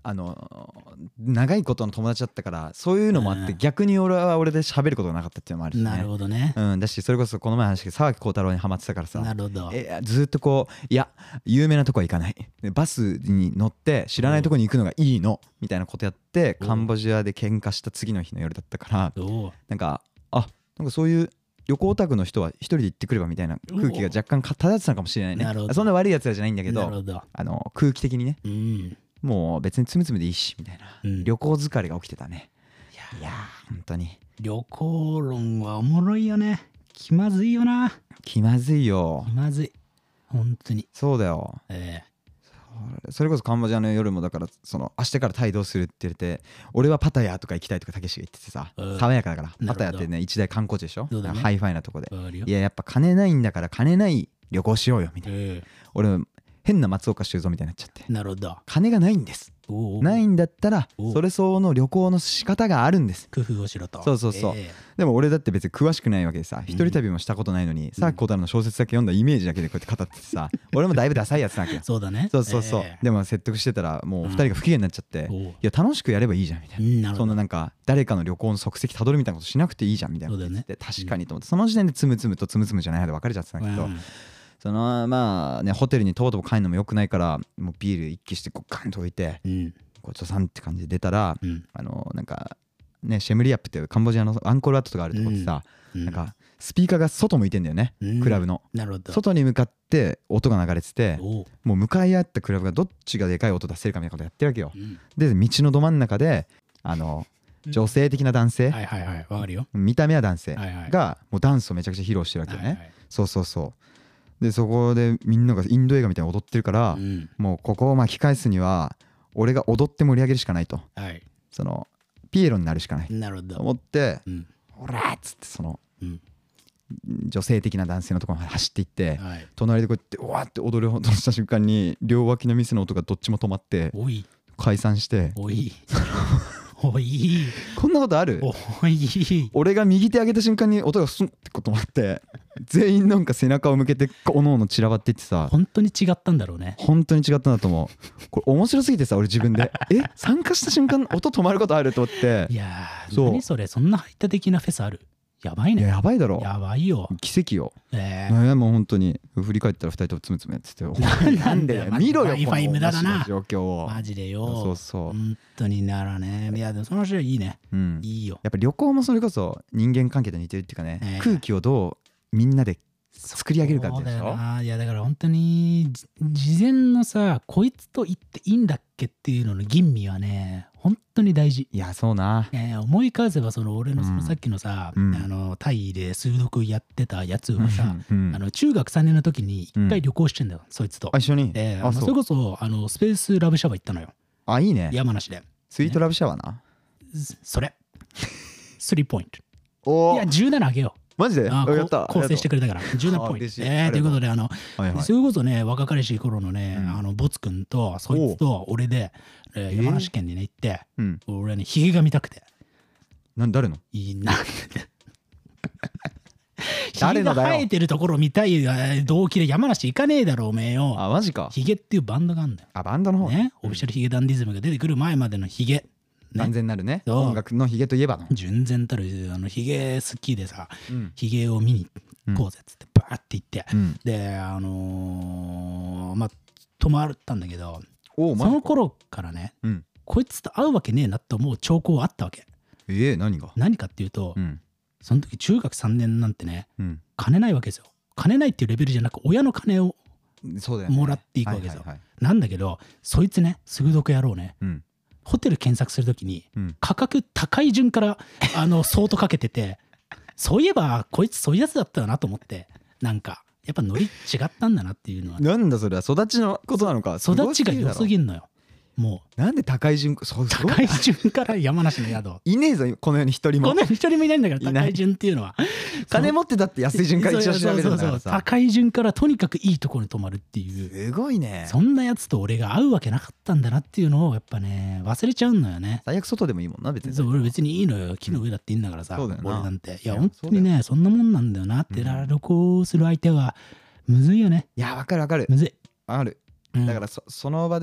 あの長いことの友達だったからそういうのもあってうん逆に俺は俺で喋ることがなかったっていうのもあるしね。 なるほどね、 うん、だしそれこそこの前話したけど沢木耕太郎にハマってたからさなるほど、 えずっとこういや有名なとこは行かないでバスに乗って知らないとこに行くのがいいのみたいなことやってうんカンボジアで喧嘩した次の日の夜だったからおうなんかあなんかそういう旅行オタクの人は一人で行ってくればみたいな空気が若干漂ってたのかもしれないね。 なるほどそんな悪いやつらじゃないんだけどなるほど、 あの空気的にねうんもう別につむつむでいいしみたいな、 うん旅行疲れが起きてたね。 いやいやー本当に旅行論はおもろいよね。気まずいよな。 気まずいよ気。まずい本当に。 そうだよ。 えそれこそカンボジアの夜もだからその明日からタイどうするって言って俺はパタヤとか行きたいとかたけしが言っててさ、 うん爽やかだからほどパタヤってね一大観光地でしょ、 そうだねハイファイなとこでえ、わかるよい。ややっぱ金ないんだから金ない旅行しようよみたいな、 え俺変な松岡修造みたいになっちゃってえなるほど。 金がないんです。 おうおうないんだったらおそれ相応の旅行の仕方があるんです。 工夫をしろと。 そうそうそうえでも俺だって別に詳しくないわけでさ一人旅もしたことないのにさっき小太郎の小説だけ読んだイメージだけでこうやって語っててさ俺もだいぶダサいやつなわけよえ。そうだね。 そうそうそう、 えでも説得してたらもう二人が不機嫌になっちゃって、 えおういや楽しくやればいいじゃんみたいな、 うんなるほど。 そんななんか誰かの旅行の足跡たどるみたいなことしなくていいじゃんみたいなこと言ってて、確かにと思ってその時点でつむつむとつむつむじゃないので別れちゃってたんだけど、 うんそのまあねホテルにとうとう帰るのもよくないからもうビール一気してこうガンと置いてうんごちそうさんって感じで出たら、 うんあのなんかねシェムリアップっていうカンボジアのアンコールワットとかあるとこってさ、 うんなんかスピーカーが外向いてんだよね、 うんクラブのなるほど。 外に向かって音が流れてておうもう向かい合ったクラブがどっちがでかい音出せるかみたいなことやってるわけよ。 うんで道のど真ん中であの女性的な男性、 はいはいはいわかるよ。 見た目は男性はいはいがもうダンスをめちゃくちゃ披露してるわけよね、 はいはいそうそうそうでそこでみんながインド映画みたいに踊ってるから、 うんもうここを巻き返すには俺が踊って盛り上げるしかないとはいそのピエロになるしかないとなるほど。 思ってうんほらっつってそのうん女性的な男性のところまで走っていってはい。 隣でこうやってうわーって踊る音した瞬間に両脇の店の音がどっちも止まっておい解散しておいおいこんなことあるおい俺が右手上げた瞬間に音がスンってこう止まって全員なんか背中を向けておのおの散らばっていってさ本当に違ったんだろうね。 本当に違ったなと思う。これ面白すぎてさ俺自分でえ参加した瞬間音止まることあると思っていやーそう何それそんな排他的なフェスある。やばいいやね。 やばいだろやばいよ。 奇跡よ。 えねもう本当に振り返ったら二人ともつむつむやっててなんでだよ見ろよ Wi-Fi 無駄だなこの状況をー、マジでよ。 そうそう本当にならね。いやでもその人はいいね。 うんいいよ。 やっぱ旅行もそれこそ人間関係と似てるっていうかね、 ええ空気をどうみんなで作り上げるかってそうだやつでしょ。 よな。いやだから本当にじ事前のさこいつと言っていいんだっけっていうのの吟味はね本当に大事。 いやそうな。 えー思い返せばその俺のそのさっきのさ、 うんあのタイで数読やってたやつはさ、 うんうんあの中学さんねんの時に一回旅行してんだよ、そいつとあ。一緒に。 えーあのそれあそうこそあのスペースラブシャワー行ったのよあいいね。 山梨で。 スイートラブシャワーな。 それスリーポイント。 おおいやじゅうななあげよう。 マジであやった。 こ構成してくれたからじゅうななポイント。 あ嬉しいえーということであのはいはいそれこそね若かりしい頃のね、 うんあのボツくんとそいつと俺で、えーえー山梨県にね行って、 うん。 俺はねヒゲが見たくてなん誰の？ いいなヒゲ誰のだよが生えてるところ見たいえー動機で山梨行かねえだろおめえよ。 あマジか。 ヒゲっていうバンドがあるんだよあバンドの方ね、オフィシャルヒゲダンディズムが出てくる前までのヒゲ、 完全なるね。 そう音楽のヒゲといえばの。 純然たるあのヒゲ好きでさうんヒゲを見に行こうぜっつってバーって行って、 うん。 であのーまあ泊まったんだけどおおマジか。 その頃からねうん。 こいつと会うわけねえなって思う兆候あったわけ。 ええ何が？ 何かっていうと、 うんその時中学さんねんなんてねうん。 金ないわけですよ。金ないっていうレベルじゃなく親の金をそうだよね。 もらっていくわけですよはいはいはいなんだけどそいつねすぐ読野郎ねうんホテル検索するときにうん。 価格高い順からあの相当かけててそういえばこいつそういうやつだったよなと思ってなんかやっぱノリ違ったんだなっていうのはなんだそれは育ちのことなのか。 育ちが良すぎる。 んのよ。もなんで高い順そううすごい高い順から山梨の宿いねえぞこの世に一人もこん。なに一人もいないんだからいない高い順っていうのは金持ってたって安い順から一応調べるんだからそうそうそうさ。 高い順からとにかくいいところに泊まるっていうすごいね。 そんなやつと俺が会うわけなかったんだなっていうのをやっぱね忘れちゃうのよね。 最悪外でもいいもんな別に。 そう俺別にいいのよ木の上だっていいんだからさ、 そうだよな俺なんていやいや本当にねそんなもんなんだよなって、 うん旅行する相手はむずいよねいやわかるわかる。 むずい、 ある。 うんだからそその場で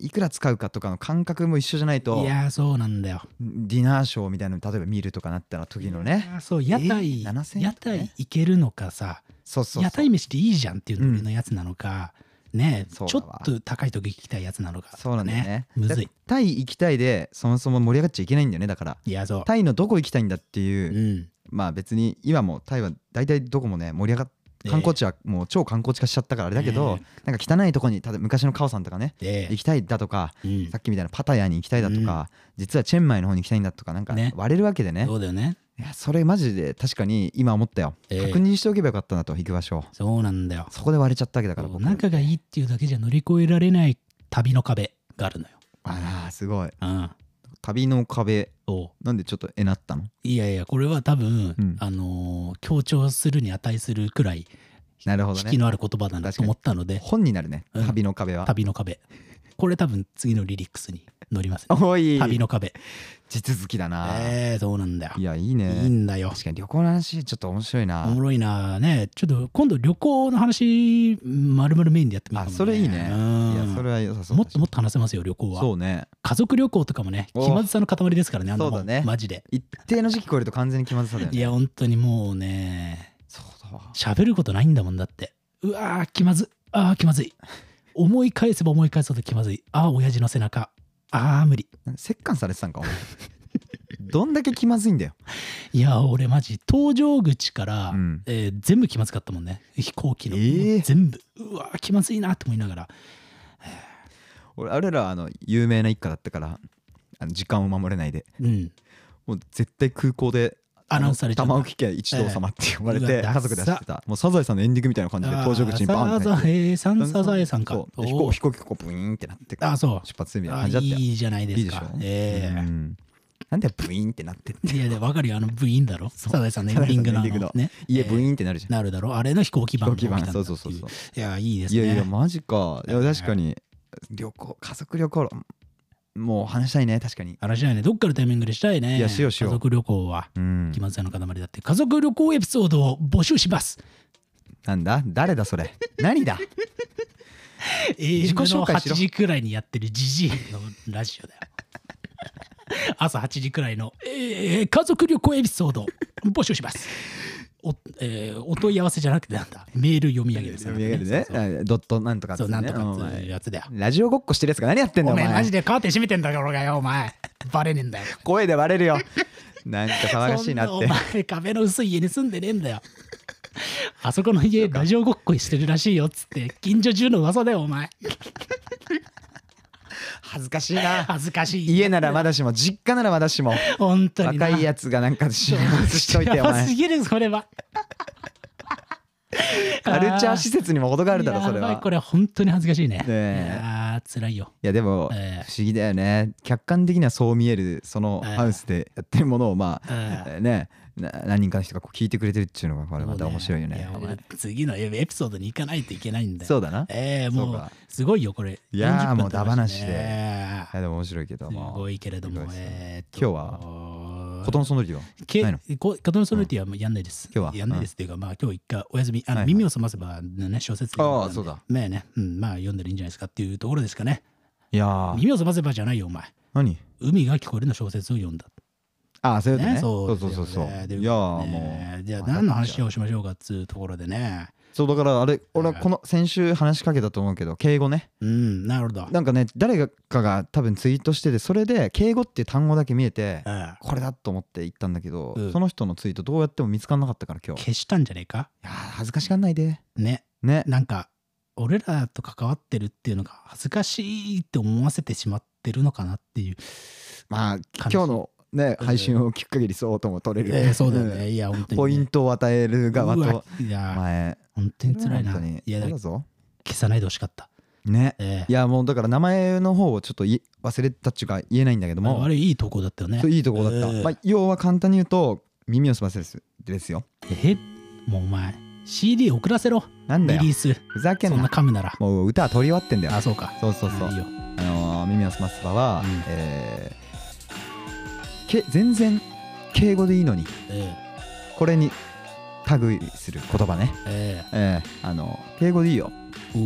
いくら使うかとかの感覚も一緒じゃないと、 いやーそうなんだよ。 ディナーショーみたいなの例えば見るとかなったら時のね、 あーそう屋台、 えーななせんえん屋とかね台行けるのかさ、 そうそうそう屋台飯でいいじゃんっていうノリのやつなのか、ねそうだわちょっと高いとこ行きたいやつなのか、 そうなんだよねむずい。 タイ行きたいでそもそも盛り上がっちゃいけないんだよね。だからいやそう。 タイのどこ行きたいんだってういう、 ん。 まあ別に今もタイは大体どこもね盛り上がっ観光地はもう超観光地化しちゃったからあれだけど、 ねなんか汚いとこにただ昔のカオさんとかねで行きたいだとか、 うんさっきみたいなパタヤに行きたいだとか、実はチェンマイの方に行きたいんだとかなんかね割れるわけでね。 そうだよね。 いやそれマジで確かに今思ったよ、 ええ確認しておけばよかったなと行く場所。 そうなんだよ。 そこで割れちゃったわけだからそう僕。 仲がいいっていうだけじゃ乗り越えられない旅の壁があるのよ。 あらすごい。 うん。 旅の壁そうなんでちょっとえなったの？ いやいやこれは多分、 うんあのー強調するに値するくらいなるほどね。 引きのある言葉だなと思ったので、 本になるね、 うん旅の壁は。 旅の壁。これ多分次のリリックスに載りますね。 おい旅の壁。 地続きだな。 えー、そうなんだよ。 いやいいね。 いいんだよ。 確かに旅行の話ちょっと面白いな。 おもろいなね。ちょっと今度旅行の話まるまるメインでやってみようかもね。 あそれいいね。 うんいやそれは良さそう。 もっともっと話せますよ旅行は。 そうね。 家族旅行とかもねお気まずさの塊ですからね。あんなもんそうだねマジで。 一定の時期超えると完全に気まずさだよね。 いや本当にもうねそうだわ。 喋ることないんだもんだって。うわー気まずあー気まずい。思い返せば思い返すほど気まずい。あー親父の背中あー無理。 折檻されてたんかお前。どんだけ気まずいんだよ。 いや俺マジ搭乗口から、 うんえー全部気まずかったもんね飛行機の、 えーもう全部うわー気まずいなって思いながら。 俺俺らはあの有名な一家だったからあの時間を守れないでうんもう絶対空港でアナウンスされちゃう玉置家一同様って呼ばれてええうわ家族で走ってた。もうサザエさんのエンディングみたいな感じで搭乗口にバーンってあーサザ入ってエさんサザエさんか。 そうで飛行飛行機ここブイーンってなってあそう出発するみたいなあ感じだったよ。 いいじゃないですか。 いいでしょ。 ええうんなんでブイーンってなってっていやでわかるよあの部員だろ。 そうサザエさんのエンディングのあサザエさんのエンディングののね。 家ブインーンってなるじゃん。 なるだろ。あれの飛行機版飛行機版が起きたんだそうそうそうそうっていういやいいですね。 いやいやマジか。いや確かに旅行家族旅行もう話したいね確かに。 話しないね。どっかのタイミングでしたいね。 いやしようしよう家族旅行はうん気まずさの塊だって家族旅行エピソードを募集します。 なんだ誰だそれ何だ。 自己紹介しろはちじくらいにやってるジジイのラジオだよ。朝はちじくらいの、えー家族旅行エピソード募集します。お,、えーお問い合わせじゃなくてなんだメール読み上げです読み上げるねそうそうあドットなんとかっつそうってねなんとかってお前いうやつだよ。 ラジオごっこしてるやつが何やってんだおお前前マジでカーテン閉めてんだからよお前バレねえんだよ。 声で割れるよなんか騒がしいなってそんなお前壁の薄い家に住んでねえんだよ。あそこの家ラジオごっこしてるらしいよっつって近所中の噂だよお前。 恥ずかしいな恥ずかしい家ならまだしも実家ならまだしも本当にな若いやつがなんか幸せしといてお幸前すぎるそれは。 カルチャー施設にも程があるだろそれは。 やばいこれ本当に恥ずかしいね。 ねえいやー辛いよ。 いやでも不え思議だよね。客観的にはそう見えるそのハウスでやってるものをまあえねな何人かの人がこう聞いてくれてるっていうのがこれまた面白いよね。 や俺次のエピソードに行かないといけないんだよ。 そうだな。 えー、もうそうかすごいよこれ。 いやーよんじゅっぷんもうダバなしで経ちましたねいやでも面白いけどすもごいけれどもすごいですねえーっと今日はことのソノリティはけないのこカトンソノリティはもうやんないです。 今日はやんないですっていうか、まあ今日一回お休み。あの、 はいはい耳を澄ませばのね小説ああそうだ。 まあね、うん、まあ読んでるいいんじゃないですかっていうところですかね。 いやー耳を澄ませばじゃないよお前。 何海が聞こえるの小説を読んだ。 ああそういうことね。 ね、 そうですよそうそうそう。 ねでいやーねもうじゃあ何の話をしましょうかっつうところでね。 そうだからあれ俺はこの先週話しかけたと思うけど敬語ね。 うんなるほど。 なんかね誰かが多分ツイートしててそれで敬語っていう単語だけ見えてうんこれだと思って言ったんだけど、 うんその人のツイートどうやっても見つからなかったから今日。い消したんじゃねえか。 やー恥ずかしがんないでねね。 なんか俺らと関わってるっていうのが恥ずかしいって思わせてしまってるのかなっていう。 まあしい今日のね配信を聞く限りそうとも取れる、 えーそうだよね。いや本当にね、 ポイントを与える側うわといや前本当に辛いな。 本当にいやだそうだぞ消さないでほしかった。 ね。 えいやもうだから名前の方をちょっとい忘れたっちゅうか言えないんだけどー、 もあれいい投稿だったよね。 そういいところだった、 えーまあ、要は簡単に言うと耳をすませですですよ。 えもうお前 シーディー 送らせろ。 なんだよリリース。 ふざけんなそんな噛むなら。 もう歌は取り終わってんだよ。 あそうか。 そうそうそういいよ。 あのー耳をすますばは、 うんえーけ全然敬語でいいのにえこれに類する言葉ね、 ー、ええーあの敬語でいいよ。 ー、おう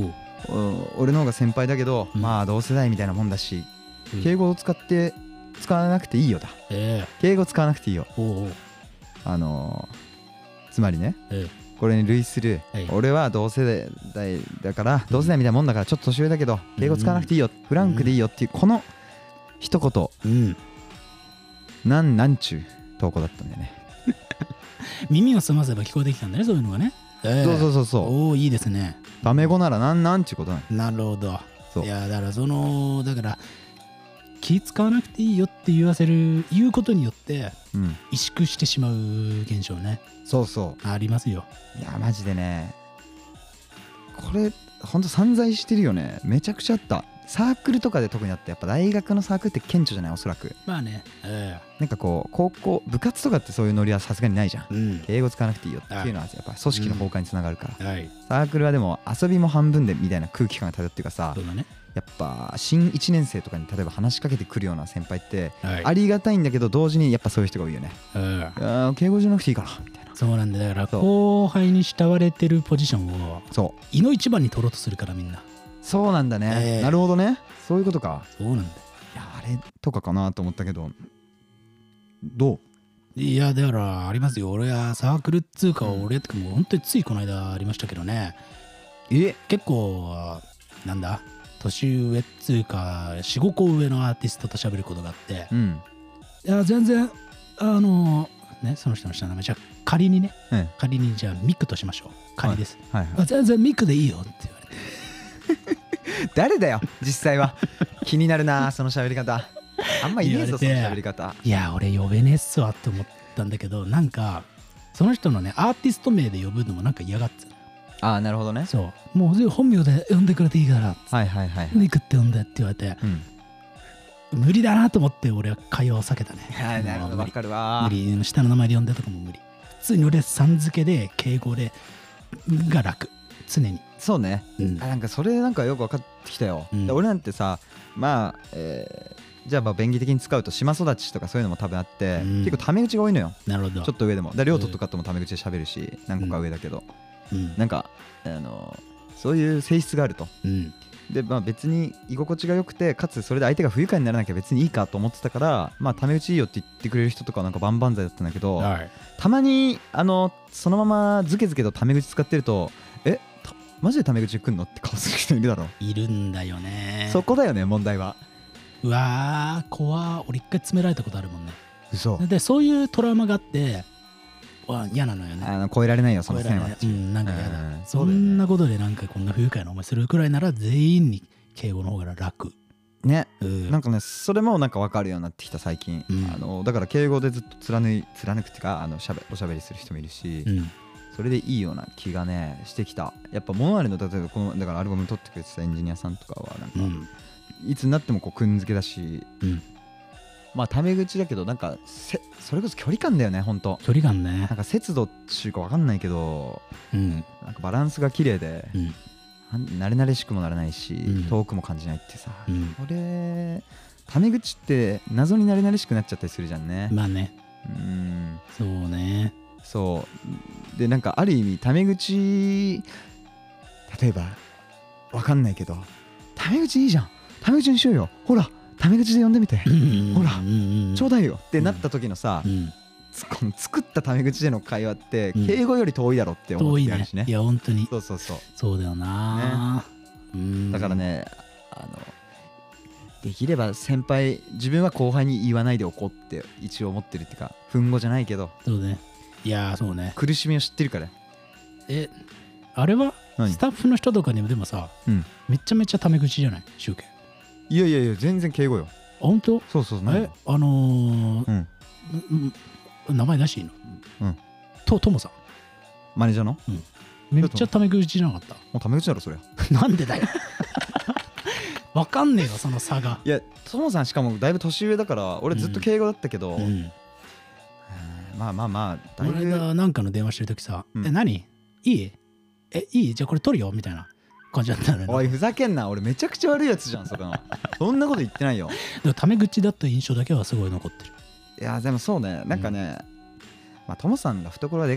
お俺の方が先輩だけど、 うんまあ同世代みたいなもんだし、 うん敬語を使って使わなくていいよだ。 え敬語使わなくていいよ。 えおうおうあのーつまりね、 えこれに類する、 はい俺は同世代だから同世代みたいなもんだからちょっと年上だけど敬語使わなくていいよ、フランクでいいよっていうこの一言、 えうんなんなんちゅう投稿だったんだよね。 耳を澄ませば聞こえてきたんだね、そういうのがね。ええそうそうそうそう。 おおいいですね。 タメ語ならなんなんちゅうことなの。 なるほど。 そういやだからそのだから気使わなくていいよって言わせる言うことによってうん。 萎縮してしまう現象ね、 そうそありますよ。 う。いやマジでね、これほんと散財してるよね。めちゃくちゃあった。サークルとかで特にあって、やっぱ大学のサークルって顕著じゃない、おそらく。 まあね、えなんかこう高校部活とかってそういうノリはさすがにないじゃん。 えうん敬語使わなくていいよっていうのはやっぱ組織の崩壊につながるから、 はいサークルはでも遊びも半分でみたいな空気感が漂っていうかさ、 そうだね。 やっぱ新いちねん生とかに例えば話しかけてくるような先輩ってはいありがたいんだけど、同時にやっぱそういう人が多いよね。 ええいやー敬語じゃなくていいかなみたいな。 そうなんでだからそう後輩に慕われてるポジションをそう胃の一番に取ろうとするからみんな。 そうなんだね、 ええなるほどね、そういうことか。 そうなんだよ。 いやあれとかかなと思ったけど、どう？ いやだからありますよ。俺はサークルっつうか俺とかもう本当についこの間ありましたけどね。 え結構なんだ年上っつうかよん、ごこ上のアーティストと喋ることがあって、 うんいや全然あのねその人の下の名前じゃあ仮にねうん仮にじゃあミクとしましょう。仮です、 はいはい。 あ全然ミクでいいよって言われて、 誰だよ実際は。気になるなその喋り方。あんまいねえぞその言われて喋り方。 いや俺呼べねえっすわって思ったんだけど、なんかその人のねアーティスト名で呼ぶのもなんか嫌がってたの。 ああなるほどね。 そうもう本名で呼んでくれていいからはいはいはい。 ミクって呼んでって言われてうん。 無理だなと思って俺は会話を避けたね。 はいなるほどもう無理わかるわ。 無理下の名前で呼んでとかも無理。普通に俺さん付けで敬語でが楽常に、 そうね。 うんあなんかそれなんかよく分かってきたよ。 うんで俺なんてさまあ、えーじゃあまあ便宜的に使うと島育ちとかそういうのも多分あって、 うん結構タメ口が多いのよ。 なるほどちょっと上でも。で亮斗とかともタメ口で喋るし、何個か上だけど、 うんなんかあのそういう性質があると。 うんでまあ別に居心地が良くてかつそれで相手が不愉快にならなきゃ別にいいかと思ってたから、まあタメ口いいよって言ってくれる人とかはなんか万々歳だったんだけど、 はいたまにあのそのままズケズケとタメ口使ってるとえたマジでタメ口来んのって顔する人いるだろ。 いるんだよね。 そこだよね問題は。 うわー怖ー。俺一回詰められたことあるもんね。 嘘。 でそういうトラウマがあってわ嫌なのよね。 あの超えられないよその超えられ線は。 ないうんなんか嫌だ、 うんそんなことでなんかこんな不愉快な思いするくらいなら全員に敬語の方が楽。 ね。 うんなんかねそれもなんか分かるようになってきた最近、 うんあのだから敬語でずっと貫い貫くっていうかあのしゃべおしゃべりする人もいるし、 うんそれでいいような気がねしてきた。やっぱ物ありの例えばこのだからアルバム撮ってくれてたエンジニアさんとかはなんか、 うんいつになってもこうくんづけだし、 うんまあタメ口だけどなんかせそれこそ距離感だよねほんと。 距離感ねなんか節度っていうか分かんないけどうんなんかバランスが綺麗で、 うん慣れ慣れしくもならないし、 うん遠くも感じないってさ、 うんこれタメ口って謎に慣れ慣れしくなっちゃったりするじゃんね。 まあねうんそうねそうでなんかある意味タメ口例えば分かんないけどタメ口いいじゃんタメ口にしようよほらタメ口で呼んでみて、ほらちょうだいよってなった時のさ、 うんつこの作ったタメ口での会話ってうん敬語より遠いだろって思っ遠いねてやるしね。 いや本当にそうそうそう。 そうだよな、うんだからねあのできれば先輩自分は後輩に言わないでおこうって一応思ってるっていうか憤語じゃないけどそうねいやーそうね苦しみを知ってるから。 えあれは何スタッフの人とかにもでもさ、 うんめちゃめちゃタメ口じゃない集計いやいやいや全然敬語よ。 本当そうそう何えあのーうんんん名前出していいのうんとともさんマネージャーのめっちゃタメ口じゃなかったもうタメ口だろそりゃ。 なんでだよわかんねえよその差がいやトモさんしかもだいぶ年上だから俺ずっと敬語だったけど、 うんうんまあまあまあだいぶこの間なんかの電話してるときさ、 うんえ何いいえいいじゃあこれ取るよみたいな感じだったのよ。 おいふざけんな俺めちゃくちゃ悪いやつじゃんそれのそんなこと言ってないよ。 でもタメ口だった印象だけはすごい残ってる。 いやでもそうねなんかね、まあトモさんが懐はでかいよ。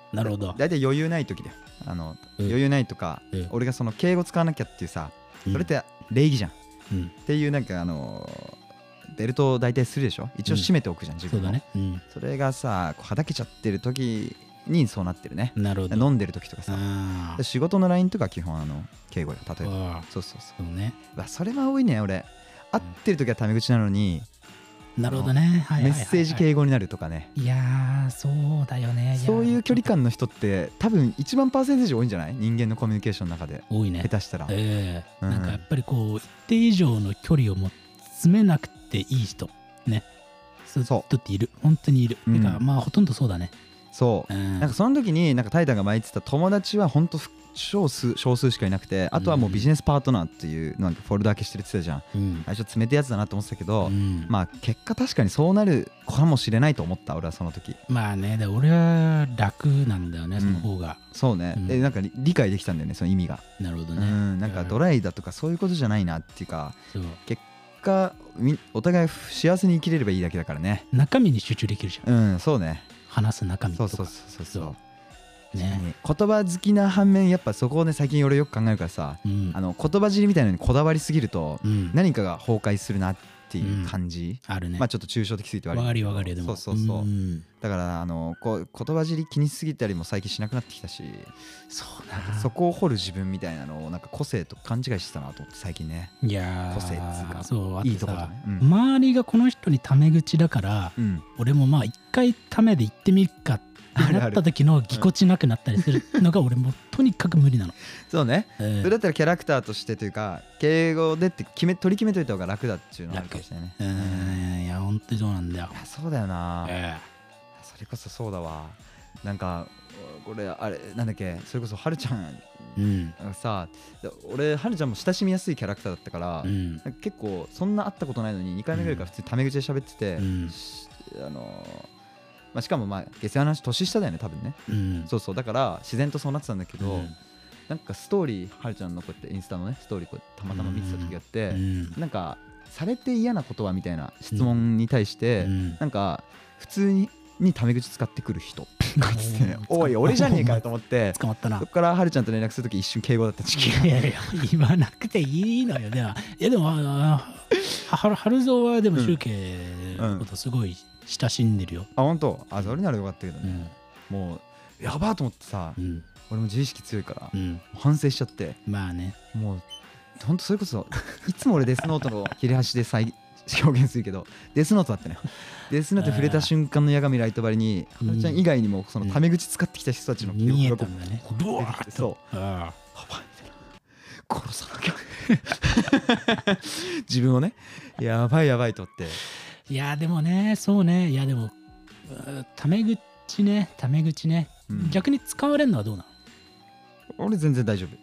なるほど。 だいたい余裕ない時であの、 うん余裕ないとか、 うん俺がその敬語使わなきゃっていうさ、 うんそれって礼儀じゃん、 うんっていうなんかあのベルトを大体するでしょ、一応締めておくじゃん、自分のそうだね。うん。 それがさこうはだけちゃってる時にそうなってるね。 なるほど。 飲んでる時とかさ、 あで仕事の ライン とか基本あの敬語よ、例えば。 あ。 そうそうそう。 そうね。 うわそれは多いね俺。会ってる時はタメ口なのに、 なるほどね。はいはいはいはい。 メッセージ敬語になるとかね。 いやー、そうだよね。 そういう距離感の人って多分一番パーセンテージ多いんじゃない、人間のコミュニケーションの中で。 多いね。 下手したら。 ええうんなんかやっぱりこう一定以上の距離をも詰めなくていい人ね。そういうそう人っている。本当にいる。 うんてかまあほとんどそうだね。 そう。 うん。 なんかその時になんかタイタンが前言ってた友達は本当少数少数しかいなくて、あとはもうビジネスパートナーっていうなんかフォルダ分けしてるって言ってたじゃん。 うん。 最初冷てえやつだなと思ってたけど、 うんまあ結果確かにそうなるかもしれないと思った俺はその時。 まあね、で俺は楽なんだよね、その方が。 そうね、 うんでなんか理理解できたんだよねその意味が。うなるほどね。 んなんかドライだとかそういうことじゃないなっていうか、 そう。 結果みお互い幸せに生きれればいいだけだからね。 中身に集中できるじゃん。 うんそうね。 話す中身とか。 そうそうそうそうそう。 ね。 言葉好きな反面やっぱそこをね最近俺よく考えるからさ、 うんあの言葉尻みたいなのにこだわりすぎるとうん。 何かが崩壊するなっていう感じ、 あるね。 まあちょっと抽象的すぎて悪いわかんだけどりわかるよ、でも。 そうそうそう、 んだからあのこう言葉尻気にしすぎたりも最近しなくなってきたし、 そうなんかな。 そこを掘る自分みたいなのをなんか個性と勘違いしてたなと思って最近ね。 いやー個性っつうかそう、あといいとこださね、うん周りがこの人にタメ口だから、 うん、 俺もまあ一回タメで言ってみるかってなった時のぎこちなくなったりするのが俺もうとにかく無理なの。 そうね、 えそれだったらキャラクターとしてというか敬語でって決め取り決めといた方が楽だっていうのはあるかもしれないね。 うーん、いや、ほんとにそうなんだよい。やそうだよな、 えそれこそそうだわ。なんかこれあれなんだっけ、それこそはるちゃんえうん。 がさ、俺はるちゃんも親しみやすいキャラクターだったから、 うん。 なんか結構そんな会ったことないのににかいめぐらいから普通にタメ口で喋ってて、 うんしあのーまあ、しかもまあ下世話な話年下だよね多分ね。 うん。 そうそうだから自然とそうなってたんだけど、 うんなんかストーリーはるちゃんのこうやってインスタのねストーリーこうたまたま見てた時があって、 うんなんかされて嫌なことはみたいな質問に対して、 うんなんか普通ににタメ口使ってくる人がいてねおい俺じゃねえかよと思って捕まったなそ。こからはるちゃんと連絡するとき一瞬敬語だった時期がいやいや、言わなくていいのよ。では、いやでも、ああは春蔵はでも、集計のことすごい親しんでるよ。 あ本当あそれならよかったけどうね、 ん。 もうやばーと思ってさ、 うん。 俺も自意識強いから、 うん。 反省しちゃってまあね。 もうほんとそれこそいつも俺デスノートの切れ端で再表現するけどデスノートだってねデスノート触れた瞬間の矢神ライトバリにはるちゃん以外にもそのタメ口使ってきた人たちの記見え憶がこうたんだね。 ブワーってそうああ。 やばいみたいな殺さなきゃ自分をねやばいやばいと思っていや、でもね、そうね。いや、でも、うんタメ口ね、タメ口ね。 うん逆に使われるのはどうなの？ 俺全然大丈夫。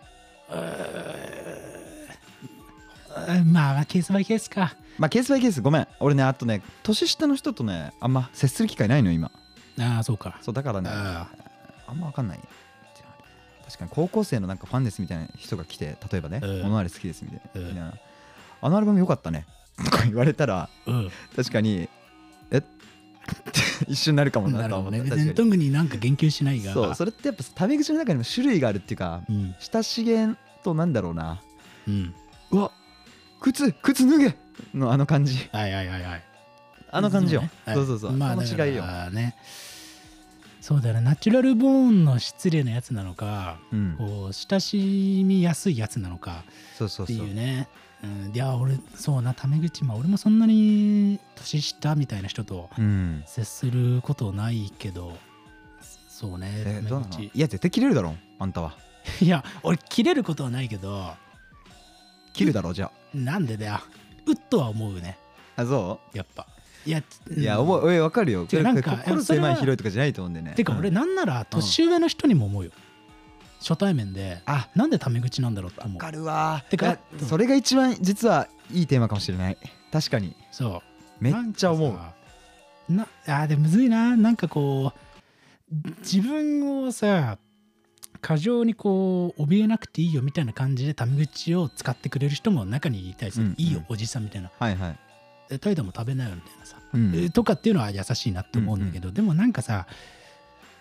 うんまあ、ケースバイケースか。 まあケースバイケースごめん俺ねあとね年下の人とねあんま接する機会ないのよ今。 ああ、そうか。 そうだからねああんま分かんないっていうのある。確かに高校生のなんかファンですみたいな人が来て例えばねうん 「モノアレ好きです」みたいな,、 うんみたいなあのアルバム良かったねとか言われたらうん。 確かにえって一瞬なるかもななるほどね。 と思った。 別に確か特になんか言及しないが。 にそうそれってやっぱタメ口の中にも種類があるっていうかうん。 親しげとなんだろうなうん。 うわ靴靴脱げのあの感じはいはいはいはい。 あの感じよねはいそうそうそう、 まあ、 その違いよだからね。そうだよね。ナチュラルボーンの失礼なやつなのか、 うんこう親しみやすいやつなのかってそうそうそういうね。うん、いや、俺、そうな、タメ口、まあ、俺もそんなに年下みたいな人とうん接することないけど、そうね、 えどうなのタメ口いや絶対切れるだろあんたは。 いや、俺、切れることはないけど、 切るだろうじゃなんでだよ。うっとは思うね、 ああそやっぱ。いや、 ういやうん思うおい分かるよてかなんか心それは狭い広いとかじゃないと思うんでねてか、俺、 うんなんなら年上の人にも思うよ。初対面で、 あなんでタメ口なんだろうって思う。 分かるわてかいやそれが一番実はいいテーマかもしれない確かにそう。 めっちゃ思うなんかさなあーでもむずいな。なんかこう自分をさ過剰にこう怯えなくていいよみたいな感じでタメ口を使ってくれる人も中にいたりする、 うんうんいいよおじさんみたいなはいはいえタイダも食べなよみたいなさ、 うんえとかっていうのは優しいなって思うんだけど、でもなんかさ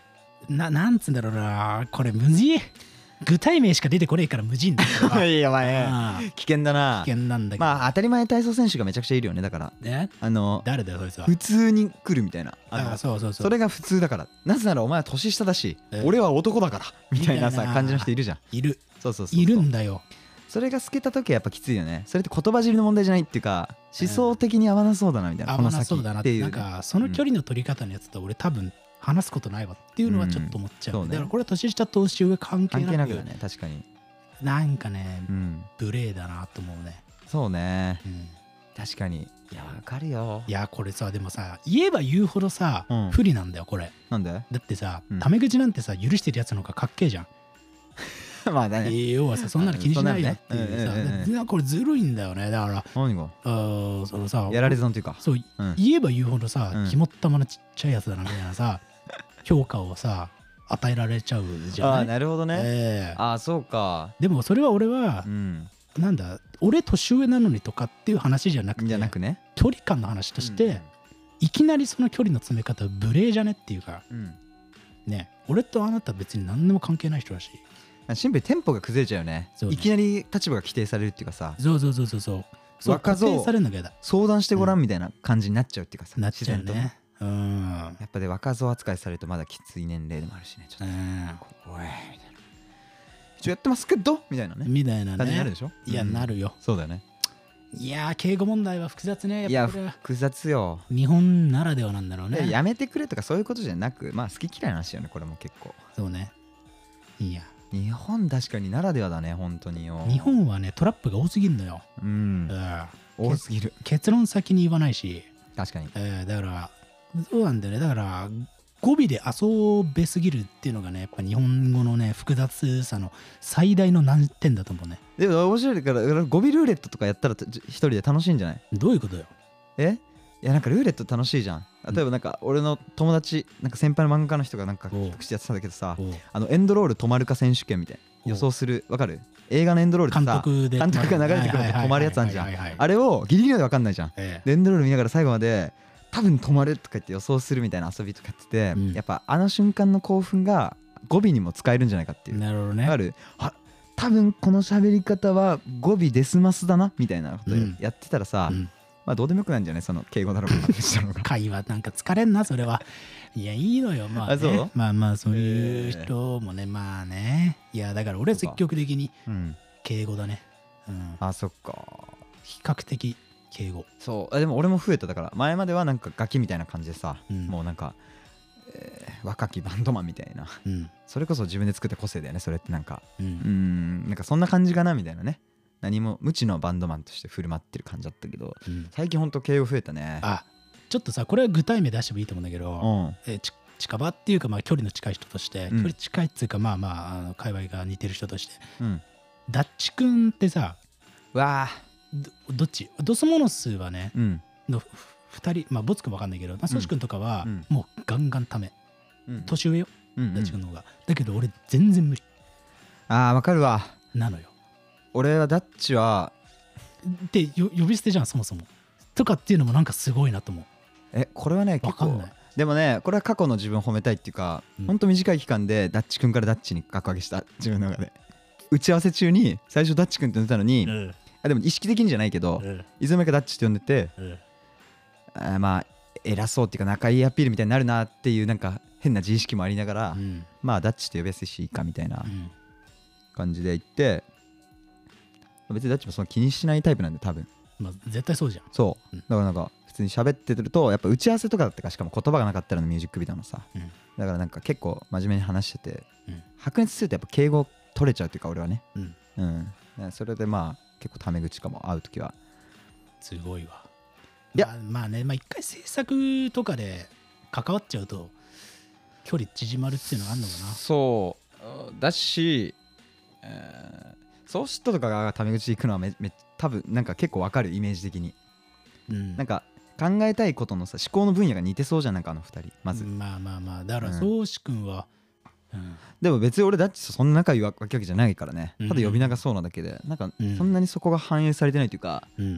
ななんつうんだろうな、これ無人具体名しか出てこねえから無人だよいやばいああ危険だな。 危険なんだけど、 まあ当たり前体操選手がめちゃくちゃいるよね。だからね、 あの誰だよそいつは。 普通に来るみたいな。あのあそうそうそう、 それが普通だから。なぜならお前は年下だし、 え俺は男だからみたいなさみたいな感じの人いるじゃん。 いるそうそうそうそういるんだよ。 それが透けた時はやっぱきついよね。それって言葉尻の問題じゃないっていうか、思想的に合わなそうだなみたいな、 合この先わなそうだなっっていうね。 てなんかその距離の取り方のやつと俺多分話すことないわっていうのはちょっと思っちゃう、 うんそうねだからこれは年下年上関係なく関係なくだね、確かに。 なんかねうん無礼だなと思うね、 そうね、 うん確かに。いやわかるよ。 いやこれさでもさ言えば言うほどさ、 うん不利なんだよこれ。 なんで？ だってさ、 うんタメ口なんてさ許してるやつの方がかっけえじゃん、 まあだね。 えー要はさそんなの気にしないよっていうそんなのねうんうんうんさ、いやこれずるいんだよね。だから何が？ あーそのさやられ損っていうか。 そう、 うん言えば言うほどさ、 うん肝っ玉のちっちゃいやつだなみたいなさ評価をさ与えられちゃうじゃああない。 なるほどね。 ええああそうか。 でもそれは俺はう、ん。 なんだ俺年上なのにとかっていう話じゃなくてじゃなくね。 距離感の話として、いきなりその距離の詰め方無礼じゃねっていうかうん。 ね、俺とあなた別に何でも関係ない人だし。 うん。シンプルにテンポが崩れちゃうよね。 そうねいきなり立場が規定されるっていうかさ、 そうそうそうそうそうそう若造固定されるのが嫌だ。 相談してごらんみたいな感じになっちゃうっていうかさ、 なっちゃう自然とね。うんやっぱで若造扱いされるとまだきつい年齢でもあるしね。ちょっとうんおいみたいな。一応やってますけどみたいなねみたいなね。 感じになるでしょ。 いやうんなるよ。 そうだよね。 いやー敬語問題は複雑ね。 いややっぱこれは複雑よ。 日本ならではなんだろうね。 やめてくれとかそういうことじゃなく、まあ好き嫌いの話よねこれも結構。 そうね。いや日本確かにならではだね本当によ。 日本はねトラップが多すぎるのよ。 うんうん多すぎる。 結論先に言わないし、 確かに。 えーだからそうなんだよね。だから語尾で遊べすぎるっていうのがねやっぱ日本語のね複雑さの最大の難点だと思うね。 でも面白いから語尾ルーレットとかやったらと一人で楽しいんじゃない？ どういうことよ。 えいやなんかルーレット楽しいじゃん。例えばなんか俺の友達なんか先輩の漫画家の人がなんかおう企画してやってたんだけどさ、 おうあのエンドロール止まるか選手権みたいな予想する。わかる？映画のエンドロールって監さ督で監督が流れてくると止まるやつあんじゃん。 はいはいはいはいあれをギリギリまで分かんないじゃん。 えでエンドロール見ながら最後まで多分止まるとか言って予想するみたいな遊びとかやってて、 うんやっぱあの瞬間の興奮が語尾にも使えるんじゃないかってえいう。 なるほどね。 わかる？あ多分この喋り方は語尾デスマスだなみたいなことうんやってたらさ、 うんまあどうでもよくないんじゃないその敬語だろうが何だろうが。 会話なんか疲れんなそれは。いやいいのよまあ、ね、 あそうまあまあそういう人もね、まあね。いやだから俺は積極的にうん、 敬語だね。うん、 あそっか。 比較的敬語。 そうあでも俺も増えた。だから前まではなんかガキみたいな感じでさ、 うんもうなんか、えー若きバンドマンみたいな、 うんそれこそ自分で作った個性だよねそれって。なんかううんーんなんかそんな感じかなみたいなね。何も無知のバンドマンとして振る舞ってる感じだったけど、 うん最近ほんと敬語増えたね。 あちょっとさこれは具体名出してもいいと思うんだけど、 うんえーち近場っていうかまあ距離の近い人として、 うん距離近いっていうかまあまああの界隈が似てる人としてうんダッチくんってさわあどどっちドスモノスはねうんのふ二人まあボツくんわかんないけど、まあ、ソシくんとかはうんもうガンガンため、 うん年上ようんうんダッチくんの方が、だけど俺全然無理あーわかるわ。 なのよ俺はダッチはでよ呼び捨てじゃんそもそもとかっていうのもなんかすごいなと思う。 えこれはね結構わかんない。 でもねこれは過去の自分を褒めたいっていうか、 うんほんと短い期間でダッチくんからダッチに格上げした自分の中で。打ち合わせ中に最初ダッチくんって呼んでたのに、 うんあでも意識的にじゃないけど、 うんいつの間にかダッチって呼んでて、 うんあーまあ偉そうっていうか仲いいアピールみたいになるなっていうなんか変な自意識もありながら、 うんまあダッチって呼びやすいしいいかみたいなうん感じで言って別にダッチもその気にしないタイプなんで多分まあ絶対そうじゃん。 そううんだからなんか普通に喋ってるとやっぱ打ち合わせとかだったからしかも言葉がなかったらのミュージックビデオのさうんだからなんか結構真面目に話しててうん白熱するとやっぱ敬語取れちゃうっていうか俺はねうんうんねそれでまあ結構タメ口かも会う時はすごいわ。 いやまあ、まあねまあ一回制作とかで関わっちゃうと距離縮まるっていうのがあるのかな。 そうだし、えー、そうしたとかがタメ口行くのはめめ多分なんか結構わかるイメージ的にうんなんか考えたいことのさ思考の分野が似てそうじゃんなんかあのふたりまず、 まあまあまあだからうん宗志君は、うんでも別に俺ダッチとそんな仲いいわけじゃないからねうんただ呼び名がそうなだけでなんかうんそんなにそこが反映されてないというか、 うん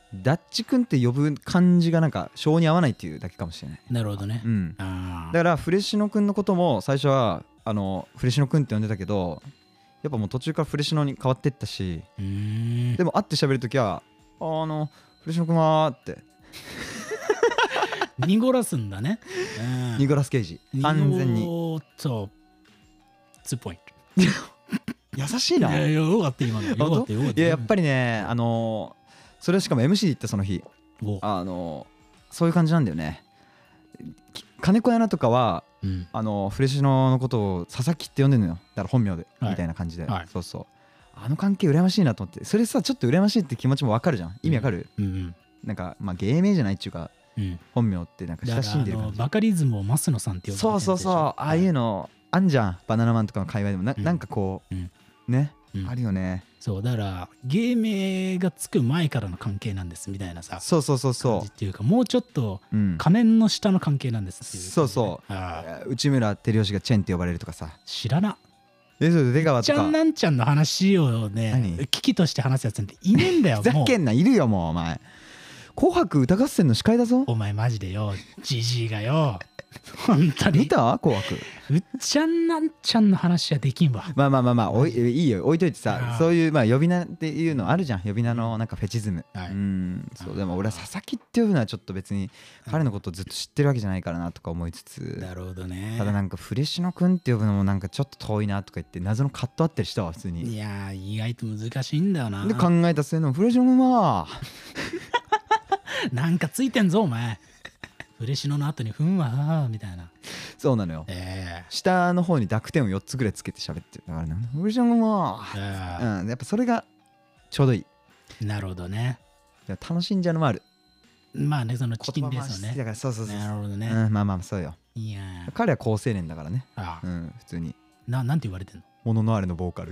ダッチくんって呼ぶ感じがなんか性に合わないっていうだけかもしれない。 なるほどね。 うん、 あだからフレシノくんのことも最初はあのフレシノくんって呼んでたけど、やっぱもう途中からフレシノに変わってったし、 うーんでも会って喋るときはあのフレシノくんはーって濁らすんだね。うんニコラス・ケイジ完全におーっとにポイン優しいな。 ト。いやいやよかった今の。よかったよかった。 いややっぱりねあのーそれはしかも エムシー で行ったその日おあのーそういう感じなんだよね。き金子屋なとかはうんあのフレシノのことを佐々木って呼んでんのよ。だから本名で、 はいみたいな感じで、 はいそうそうあの関係羨ましいなと思って。それさちょっと羨ましいって気持ちもわかるじゃん。意味わかる、 うんうんなんかまあ芸名じゃないっていうかうん本名ってなんか親しんでる感じ。 だからあのバカリズムを増野さんって呼ぶそうそうそうああいうのあんじゃん。バナナマンとかの界隈でも な,、 うんん、なんかこう、 うんね、 うんあるよね。 そうだから芸名がつく前からの関係なんですみたいなさそうそうそうそ感じっていうかもうちょっとう、うん、 仮面の下の関係なんですっていう感じで。 そうそうああ内村照吉がチェンって呼ばれるとかさ。 知らな。 えそう出川ちゃとかんなんちゃんの話をね何危機として話すやつなんていねえんだよふざもう。 けんないるよもうお前紅白歌合戦の司会だぞ。 お前マジでよジジイがよ本当に見た紅白。 うっちゃんなんちゃんの話はできんわ。 まあまあまあまあおいいいよ置いといてさあーそういうまあ呼び名っていうのあるじゃん。呼び名のなんかフェチズム、 はいうんそうあーでも俺は佐々木って呼ぶのはちょっと別に彼のことをずっと知ってるわけじゃないからなとか思いつつ、 なるほどね。 ただなんかフレシノくんって呼ぶのもなんかちょっと遠いなとか言って謎のカットあったりしたわ普通に。 いやー意外と難しいんだよな。 で考えた末のフレシノくんはなんかついてんぞお前。フレシノの後にふんわーみたいな。 そうなのよ。 え下の方に濁点をよっつぐらいつけて喋ってるだからねフレシノくんはえあうんやっぱそれがちょうどいい。 ーなるほどね。 でも楽しんじゃうのもある。 まあねそのチキンレースをね。 言葉回しだからそうそうそう、 なるほどね。 うん、まあまあそうよ。 いやー彼は好青年だからね。 あうん普通にななんて言われてんの。 モノノアーレのボーカル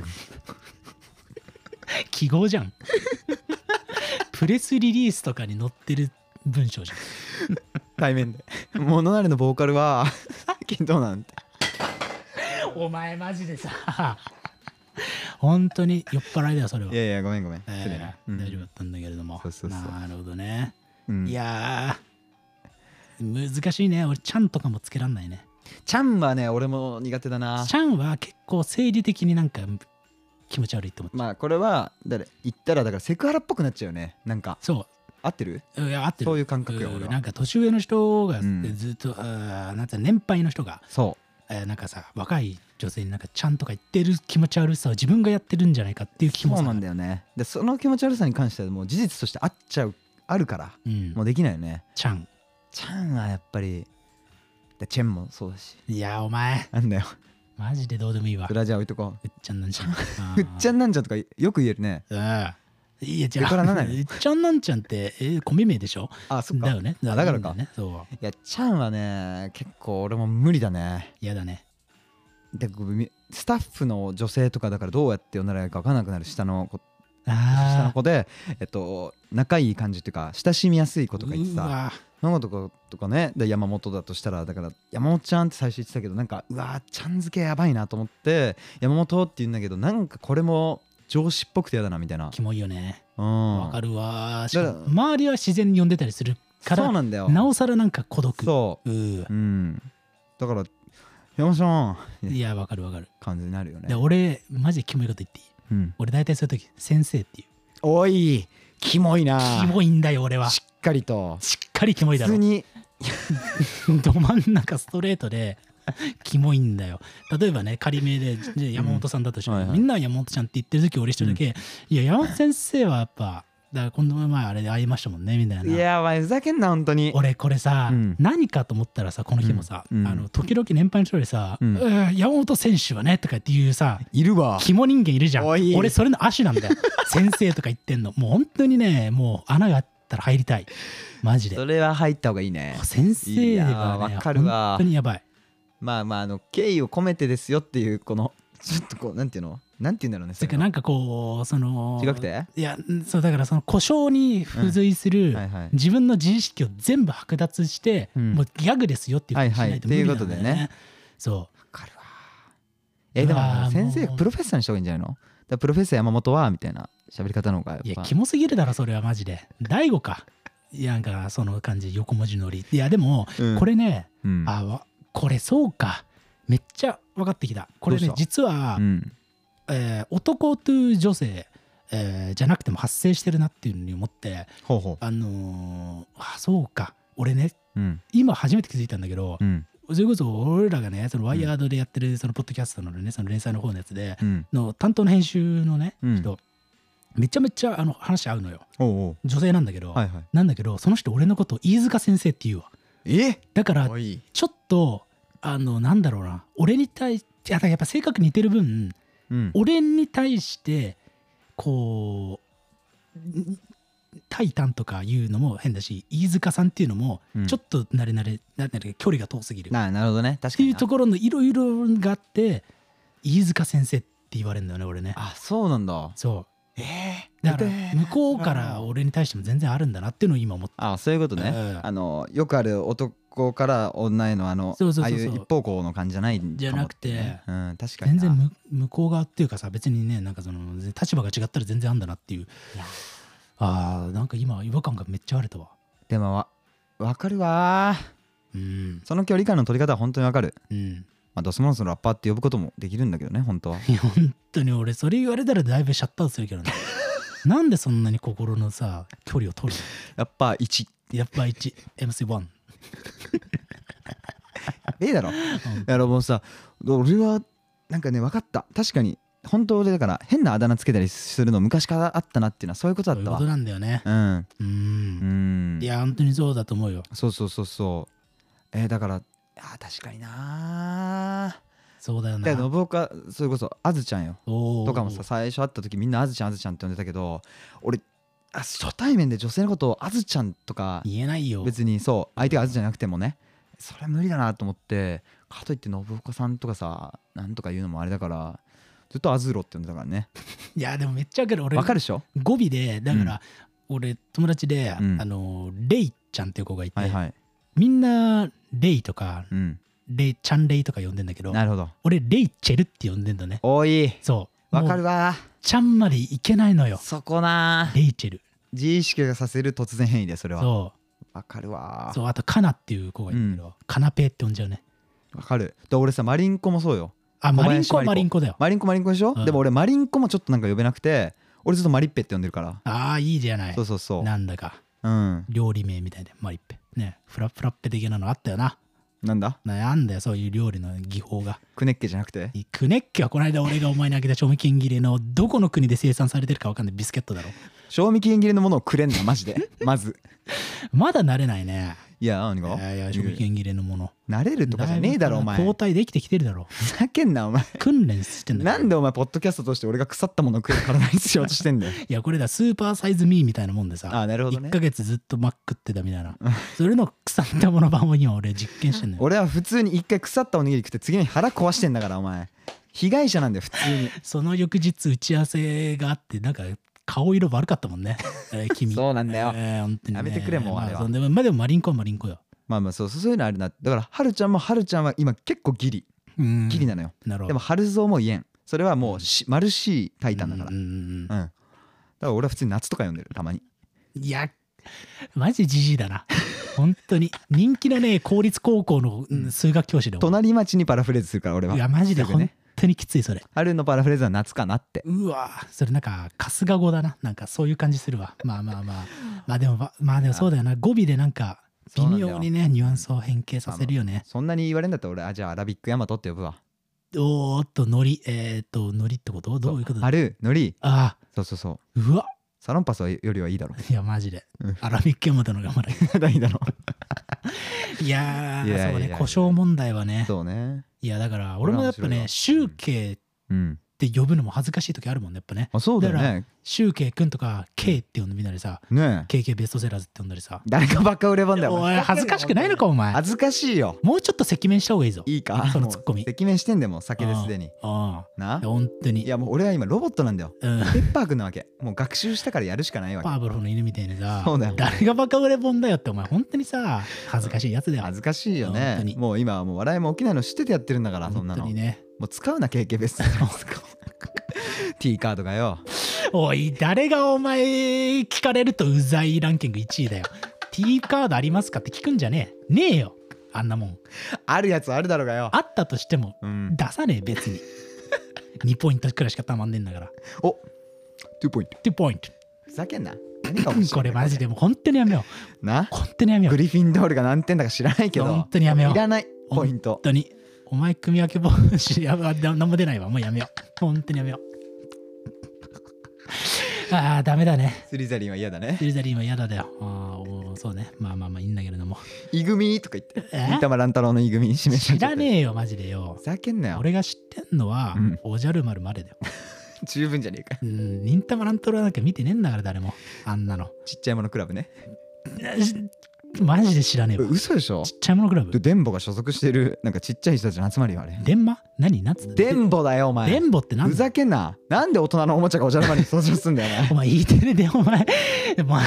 記号じゃん。プレスリリースとかに載ってる文章じゃん。 対面でモノノアーレのボーカルは金どうなんて。 お前マジでさ本当に酔っ払いだよそれは。 いやいやごめんごめん、 えー失礼な、うん大丈夫だったんだけれども。 そうそうそうなるほどね。 うんいやー難しいね。俺ちゃんとかもつけらんないね。 ちゃんはね俺も苦手だな。 ちゃんは結構生理的になんか気持ち悪いって思って。 まあこれはだから言ったらだからセクハラっぽくなっちゃうよね。なんかそ合ってる？ ういや合ってる。 そういう感覚ようん俺は。 なんか年上の人がうんずっと、あーなんて年配の人が、 そえーなんかさ若い女性になんかちゃんとか言ってる気持ち悪さを自分がやってるんじゃないかっていうう気もさそうなんだよね。でその気持ち悪さに関してはもう事実としてあっちゃうあるからうんもうできないよね。 ちゃん。 ちゃんはやっぱりでチェンもそうだしいやお前なんだよマジでどうでもいいわ。 それはじゃあ置いとこう。 うっちゃんなんちゃん。 ふっちゃんなんちゃんとかよく言えるね。 うんいやじゃあ横からなんないうっちゃんなんちゃんってえー米名でしょ。 あそっかだよね。 あだからかね。そういやちゃんはね結構俺も無理だね。 嫌だね。 でみスタッフの女性とかだからどうやって呼んだらいいか分からなくなる下の子下のあ子でえっと仲いい感じっていうか親しみやすい子とか言ってさうわその子とかとかねで山本だとしたらだから山本ちゃんって最初言ってたけどなんかうわーちゃん付けやばいなと思って山本って言うんだけどなんかこれも上司っぽくて嫌だなみたいな。 キモいよね。 うんわかるわ。しかもだから周りは自然に呼んでたりするからそうなんだよ。 なおさらなんか孤独。 そうううんだから山本ちゃんいやわかるわかる。 感じになるよねで。俺マジでキモいこと言っていい？ うん俺大体そういう時先生っていう。 おいキモいな。 キモいんだよ俺は。 しっかりとしっかりキモいだろ。 普通にど真ん中ストレートでキモいんだよ。例えばね仮名でじゃあ山本さんだとしても、 うんはいはいみんなは山本ちゃんって言ってる時俺一人だけ、いや山本先生はやっぱだから今度前あれで会いましたもんねみたいな。 いやお前ふざけんな本当に。 俺これさ、 うん何かと思ったらさこの日もさ、 うんうんあの時々年配の人でさ、 うんえー山本選手はねとかっていうさいるわ。 キモ人間いるじゃん。 おい俺それの亜種なんだよ。先生とか言ってんのもう本当にねもう穴があったら入りたいマジで。 それは入った方がいいね。 先生いやーはねわかるわ本当にやばい。 まあまああの敬意を込めてですよっていうこのちょっとこうなんていうのなんていうんだろうね。 てかなんかこうその違くていやそうだからその故障に付随する、 うんはいはい自分の自意識を全部剥奪して、 うんもうギャグですよっていうふうにしないと無理なんだよね。 はいはいっていうことでねそわかるわ。えでもうわー先生もうプロフェッサーにした方がいいんじゃないの？だからプロフェッサー山本はみたいな喋り方の方がやっぱいやキモすぎるだろそれはマジで。大悟か。いやなんかその感じ横文字のり。いやでも、 うんこれね、 うんあわこれそうか。めっちゃ分かってきた。これねどうした実は、 うんえー男と女性、えーじゃなくても発生してるなっていうのに思って、 ほうほあのーあそうか俺ねううん今初めて気づいたんだけど、 うんそれこそ俺らがねそのワイヤードでやってるそのポッドキャストのねその連載の方のやつでうんの担当の編集のねうん人、めちゃめちゃあの話合うのよ。 おうおう女性なんだけど、 はいはいなんだけどその人俺のことを飯塚先生って言うわ。 えだからおいちょっとあのなんだろうな俺に対してやっぱ性格似てる分うん俺に対してこうんタイタンとか言うのも変だし飯塚さんっていうのもうんちょっと慣れ慣れなんだっけ距離が遠すぎるっななるほどね確てかにないうところのいろいろがあって飯塚先生って言われるんだよね俺ね。 あそうなんだそええうだから向こうから俺に対しても全然あるんだなっていうのを今思って。 あそういうことね、 うんあのよくある男から女へのあのそうそうそうそうああいう一方向の感じじゃないかもってねじゃなくてうん確かにな全然む向こう側っていうかさ別にねなんかその立場が違ったら全然あんだなっていう。 いやあーなんか今違和感がめっちゃあれたわ。 でもわわかるわうんその距離感の取り方は本当にわかる。 うんまあドスモノスのラッパーって呼ぶこともできるんだけどね本当は。 いや本当に俺それ言われたらだいぶシャットアウトするけどねなんでそんなに心のさ距離を取るやっぱいちの。やっぱ いちエムシーワンええだろ。だからもうさ俺はなんかね分かった確かに本当でだから変なあだ名つけたりするの昔からあったなっていうのはそういうことだったわ。 そういうことなんだよね。 うんうんうんいや本当にそうだと思うよ。 そうそうそうそうえー、だからあ確かになそうだよな。 だから信岡それこそあずちゃんよおーとかもさ最初会った時みんなあずちゃんあずちゃんって呼んでたけど俺あ初対面で女性のことをあずちゃんとか言えないよ。 別にそう相手があずちゃんじゃなくてもねそれは無理だなと思ってかといって信岡さんとかさなんとか言うのもあれだからずっとあずろって呼んでたからねいやでもめっちゃわかる俺わかるでしょ語尾でだから、俺友達で、 うんあのレイちゃんっていう子がいて、 はいはいみんなレイとかうんレイちゃんレイとか呼んでんだけどなるほど俺レイチェルって呼んでんだね。 おいそうわかるもうわちゃんまでいけないのよそこなレイチェル。 自意識がさせる突然変異でそれはそわかるわうそうあとカナっていう子がいるんだけど、カナペって呼んじゃうね。 わかるで俺さマリンコもそうよあマリンコ小林マリコマリンコだよ。 マリンコマリンコでしょ、 うんでも俺マリンコもちょっとなんか呼べなくて俺ずっとマリッペって呼んでるからああいいじゃない。 そうそうそうなんだかうん料理名みたいでマリッペねフラフラッペ的なのあったよな。 なんだなんだよそういう料理の技法が。 クネッケじゃなくてクネッケはこの間俺がお前にあげた賞味期限切れのどこの国で生産されてるかわかんないビスケットだろ。 賞味期限切れのものをくれんなマジでまずまだ慣れないね。 いや何がいやいや賞味期限切れのもの慣れるとかじゃねえだろお前交代できてきてるだろ。 ふざけんなお前訓練してんだからなんでお前ポッドキャストとして俺が腐ったものを食う体にしようとしてんだよいやこれだスーパーサイズミーみたいなもんでさあなるほどねいっかげつずっとマックってたみたいなそれの腐ったもの版を今俺実験してんのよ。 俺は普通に一回腐ったおにぎり食って次の日腹壊してんだからお前被害者なんだよ普通にその翌日打ち合わせがあってなんか顔色悪かったもんね、えー君そうなんだよえー本当にねやめてくれもうあれはまあそんでまあでもマリンコはマリンコよ。 まあまあそうそういうのあるなだからはるちゃんもはるちゃんは今結構ギリうんギリなのよなるほど。 でも春蔵も言えんそれはもうしマルシータイタンだからうんうんうんうんだから俺は普通に夏とか読んでるたまにいやマジジジイだな本当に人気のね公立高校のうん数学教師でも隣町にパラフレーズするから俺はいやマジですぐね本当にきついそれ。 春のパラフレーズは夏かなってうわそれなんか春日語だななんかそういう感じするわ。まあまあまあまあでもままあでもそうだよな語尾でなんか微妙にねニュアンスを変形させるよね。 そんなに言われんだったら俺あじゃあアラビックヤマトって呼ぶわおーっとノリえーっとノリってことどういうことだ。 春のりあそうそうそうーうわサロンパスよりはいいだろいやマジでうんアラビックヤマトのがまだいいいいだろいやーいやいやいやそうね故障問題はねそうねいやだから俺もやっぱねこれは面集計っうんて呼ぶのも恥ずかしい時あるもんねやっぱね。 あそうだよだね集計くんとか K って呼んでみんなでさねえケーケー ベストセラーズって呼んだりさ誰がバカ売れ本だよおい恥ずかしくないのかお前。 恥ずかしいよもうちょっと赤面した方がいいぞ。 いいかそのツッコミもう赤面してんだよもう酒ですでにああないや本当にいやもう俺は今ロボットなんだようんペッパーくんなわけもう学習したからやるしかないわけパーブロフの犬みたいにさそうだよ誰がバカ売れ本だよってお前本当にさ恥ずかしいやつだよ。 恥ずかしいよ本当ねにもう今はもう笑いも起きないの知っててやってるんだからそんなの本当にねもう使うな ケーケー ベスト T カードがよおい誰がお前聞かれるとうざいランキングいちいだよ。 T カードありますかって聞くんじゃねえねえよあんなもん。 あるやつあるだろうがよ。 あったとしてもうん、 出さねえ別ににポイントくらいしかたまんねえんだからおにポイント。 にポイント。 ふざけんな。何か面白いこれマジでもう本当にやめような。 本当にやめようグリフィンドールが何点だか知らないけど、 本当にやめよういらないポイント本。当にお前組み分けボーシやば何も出ないわもうやめよう本当にやめようああダメだねスリザリンは嫌だね。 スリザリンは嫌だだよああそうねまあまあまあいいんだけれどもイグミとか言ってえ忍たま乱太郎のイグミ示し知らねえよマジでよふざけんなよ。 俺が知ってんのは、 うんおじゃる丸までだよ十分じゃねえか。 うん忍たま乱太郎なんか見てねえんだから誰もあんなのちっちゃいものクラブね。 マジで知らねえわ嘘でしょ。 ちっちゃいものクラブで電ボが所属してるなんかちっちゃい人たちの集まりよあれ。 電マ何なんつった電ボだよお前。 電ボってなんだふざけんな。なんで大人のおもちゃがおじゃる丸に登場すんだよお前。 お前 E テレでお前お前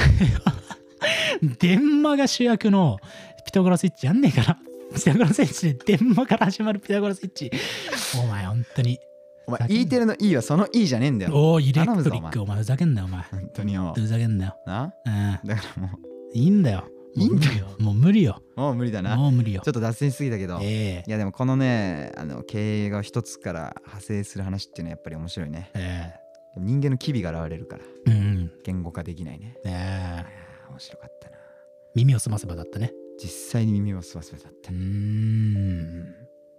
電マが主役のピタゴラスイッチやんねえからピタゴラスイッチで電マから始まるピタゴラスイッチお前本当にお前 E テレの E はその E じゃねえんだよ。 おおイレク頼むぞお前トリックお前ふざけんなよお前本当によ。 ふざけんなよなうんだからもいいんだよいいんだよもう無理ようもう無理だな。 もう無理よちょっと脱線しすぎたけど、 えいやでもこのねあの経営が一つから派生する話っていうのはやっぱり面白いね。 ええでも人間の機微が現れるからえうん言語化できないね。 ねえいやー面白かったな。 耳をすませばだったね実際に耳をすわせだったうー。ん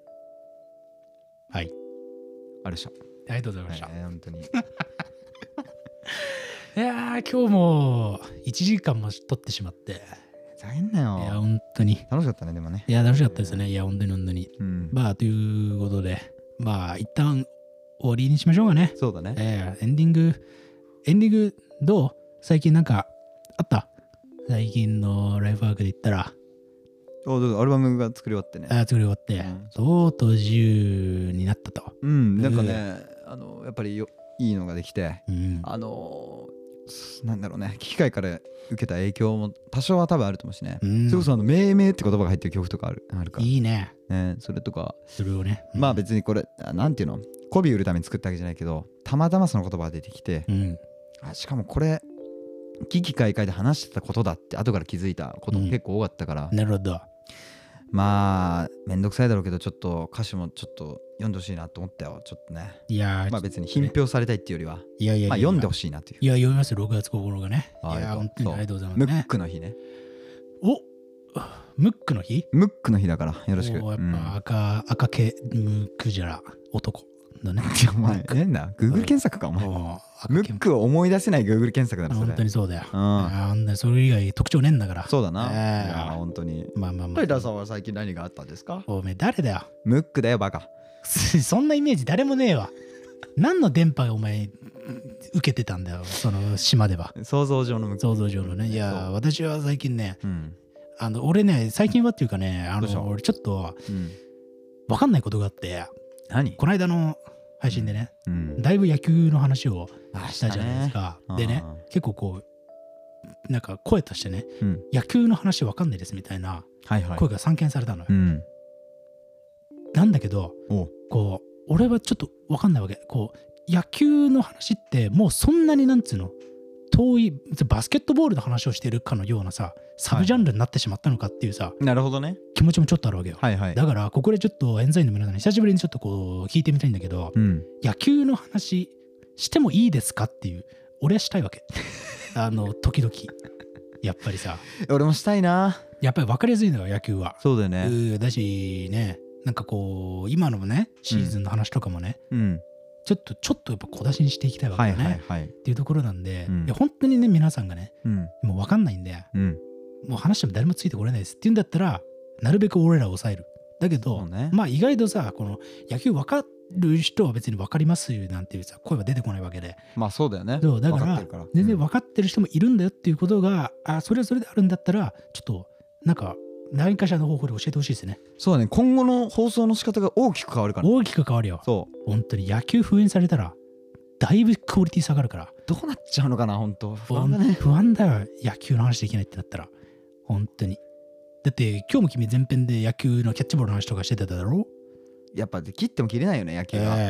はいあるでしょ。 ありがとうございました、 えー本当に。 いやー今日もいちじかんも撮ってしまって大変だいやよ。 本当に楽しかったねでもね。 いや楽しかったですねいや本当に本当にうん。 まあということでまあ一旦終わりにしましょうかねそうだね。 えーエンディングエンディングどう最近なんかあった最近のライフワークで言ったらおどうぞアルバムが作り終わってね。 あ作り終わって、 うんとうとう自由になったと、 うん。なんかねあのやっぱりよいいのができてうん、 あのーなんだろうね機械から受けた影響も多少は多分あると思うしね。 うんそれこそあの命名って言葉が入ってる曲とかあるあるから。 いいねねそれとかそれをね、うんまあ別にこれあなんていうの媚び売るために作ったわけじゃないけどたまたまその言葉が出てきてうんあしかもこれ危機開会で話してたことだって後から気づいたことも結構多かったから、 なるほどまあめんどくさいだろうけどちょっと歌詞もちょっと読んでほしいなと思ったよちょっとね。 いやーまあ別に品評されたいっていうよりは、 いやいやいやまあ読んでほしいなという。 いや読みますろくがつここのかねあいやありがとう本当にありがとうございますムねックの日ね。 おムックの日ムックの日だからよろしく。 おやっうんぱ赤、赤系ムックじゃら男だねいやお前変な Google 検索かお前。 お赤系ムックを思い出せない Google 検索だろそれ。 本当にそうだよ、 うんあほんでそれ以外特徴ねえんだからそうだな。 ええいや本当に。 まあまあまあタイラーさんは最近何があったんですか？ おめえ誰だよムックだよバカ。 そんなイメージ誰もねえわ何の電波がお前受けてたんだよその島では想像上のムック。 想像上のねいやそう私は最近ねうん。 あの俺ね最近はっていうかねあどうしたの俺ちょっとうん。 分かんないことがあって何？ この間の配信でね、 うん。 だいぶ野球の話をあしたじゃないですか。 したねでねうん結構こうなんか声としてねうん。 野球の話分かんないですみたいなはいはい。 声が散見されたのよ、 うん。 なんだけどおこう俺はちょっと分かんないわけこう野球の話ってもうそんなになんつうの遠いバスケットボールの話をしてるかのようなさサブジャンルになってしまったのかっていうさ、 なるほどね。 気持ちもちょっとあるわけよ、 はいはい。 だからここでちょっと冤罪の皆さんに久しぶりにちょっとこう聞いてみたいんだけど、 うん。 野球の話してもいいですかっていう俺はしたいわけあの時々やっぱりさ俺もしたいな。 やっぱり分かりやすいのよ野球は、 そうだよね。 うだしねなんかこう今のねシーズンの話とかもね、 うん。 ちょっとちょっとやっぱ小出しにしていきたいわけはいよね、 はいはい。 っていうところなんで、 うんいや本当にね皆さんがねうん。 もう分かんないんでうん。 もう話しても誰もついてこれないですっていうんだったらなるべく俺らを抑えるだけど、 そうねまあ意外とさこの野球分かる人は別に分かりますよなんていうさ声は出てこないわけでまあそうだよね。 そうだから分かってるから全然分かってる人もいるんだよっていうことが、あそれはそれであるんだったらちょっとなんか何かしらの方法で教えてほしいですね。 そうだね。今後の放送の仕方が大きく変わるから。 大きく変わるよ。 そう。 本当に野球封印されたらだいぶクオリティ下がるからどうなっちゃうのかな本当。不不安安だね。 不安だよ野球の話できないってなったら本当に。だって今日も君前編で野球のキャッチボールの話とかしてただろ。 やっぱ切っても切れないよね野球は。 ええ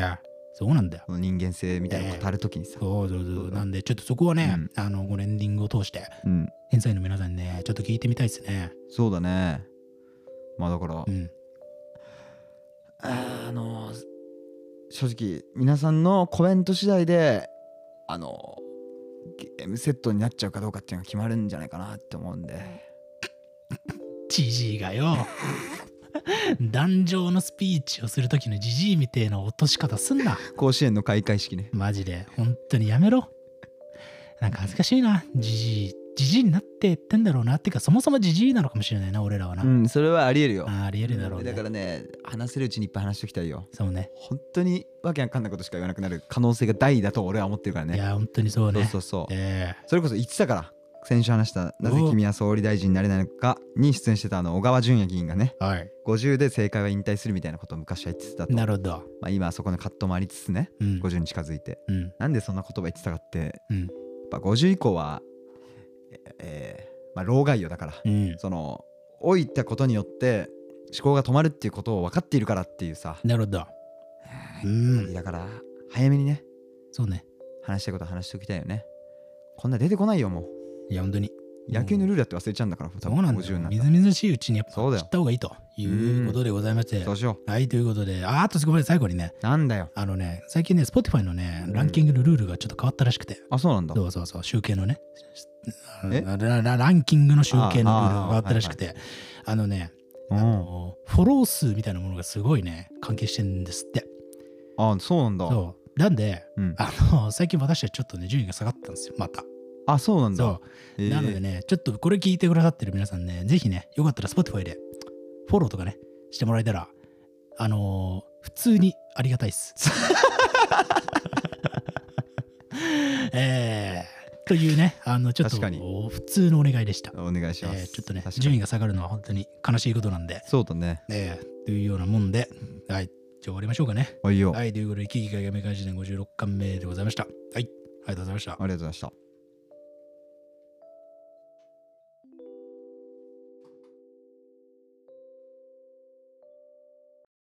そうなんだよ。 その人間性みたいなことあるときにさ、 そうそうそう。なんでちょっとそこはね、 うんあのこのエンディングを通してうん天才の皆さんにねちょっと聞いてみたいですね。 そうだね。まあだから、 うん。 ああの正直皆さんのコメント次第であのゲームセットになっちゃうかどうかっていうのが決まるんじゃないかなって思うんで。 ジジイがよ壇上のスピーチをするときのジジイみてえな落とし方すんな。 甲子園の開会式ね。 マジで本当にやめろ。なんか恥ずかしいな。ジジイジジイになって言ってんだろうな。ってかそもそもジジイなのかもしれないな俺らはな。 うんそれはありえるよ。 あありえるだろうね。 だからね話せるうちにいっぱい話しときたいよ。 そうね。 本当にわけわかんないことしか言わなくなる可能性が大だと俺は思ってるからね。 いや本当にそうね。 そうそうそう、 えそれこそ言ってたから先週話したなぜ君は総理大臣になれないのかに出演してたあの小川淳也議員がねー、はい。 ごじゅうで政界は引退するみたいなことを昔は言ってたと。 なるほど。 まあ、今はそこの葛藤もありつつね、 うん。 ごじゅうに近づいてうん。 なんでそんな言葉言ってたかってうん。 やっぱごじゅう以降はえ、えーまあ老害よだから、 うん。 その老いたことによって思考が止まるっていうことを分かっているからっていうさ、 なるほど。うん。 だから早めにねそうね。 話したいことは話しておきたいよね。こんな出てこないよもう。 いや本当に。 野球のルールだって忘れちゃうんだから、 そうなんだごじゅうによ。 なったらみずみずしいうちにやっぱ知そうだよった方がいいということでございまして。 そうしよはい、ということで、ああとごめん最後にね、 う。なんだよ。 あのね、最近ね、Spotify のね、ランキングのルールがちょっと変わったらしくて、 あそうなんだ。 そうそうそう、集計のね、 えラララランキングの集計のルールが変わったらしくて、あのね、 うんあのフォロー数みたいなものがすごいね、関係してるんですって。 あそうなんだ。 そう。なんで、 うん、 あの、最近私はちょっとね、順位が下がったんですよ、また。 あそうなんだ。 そう。 えーなのでね、ちょっとこれ聞いてくださってる皆さんね、ぜひね、よかったら Spotify でフォローとかね、してもらえたら、あのー普通にありがたいっす。えー、というね、あの、ちょっと確かに普通のお願いでした。 お願いします。 えーちょっとね、 確かに順位が下がるのは本当に悲しいことなんで、 そうだね。 えー、というようなもんで、はい、じゃあ終わりましょうかね。 おいよ、 はい、ということで、キキカゲメ開始伝ごじゅうろっかんめでございました。はい、ありがとうございました。 ありがとうございました。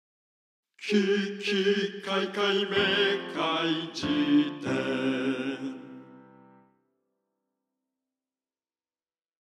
ききかいかいめかいじ典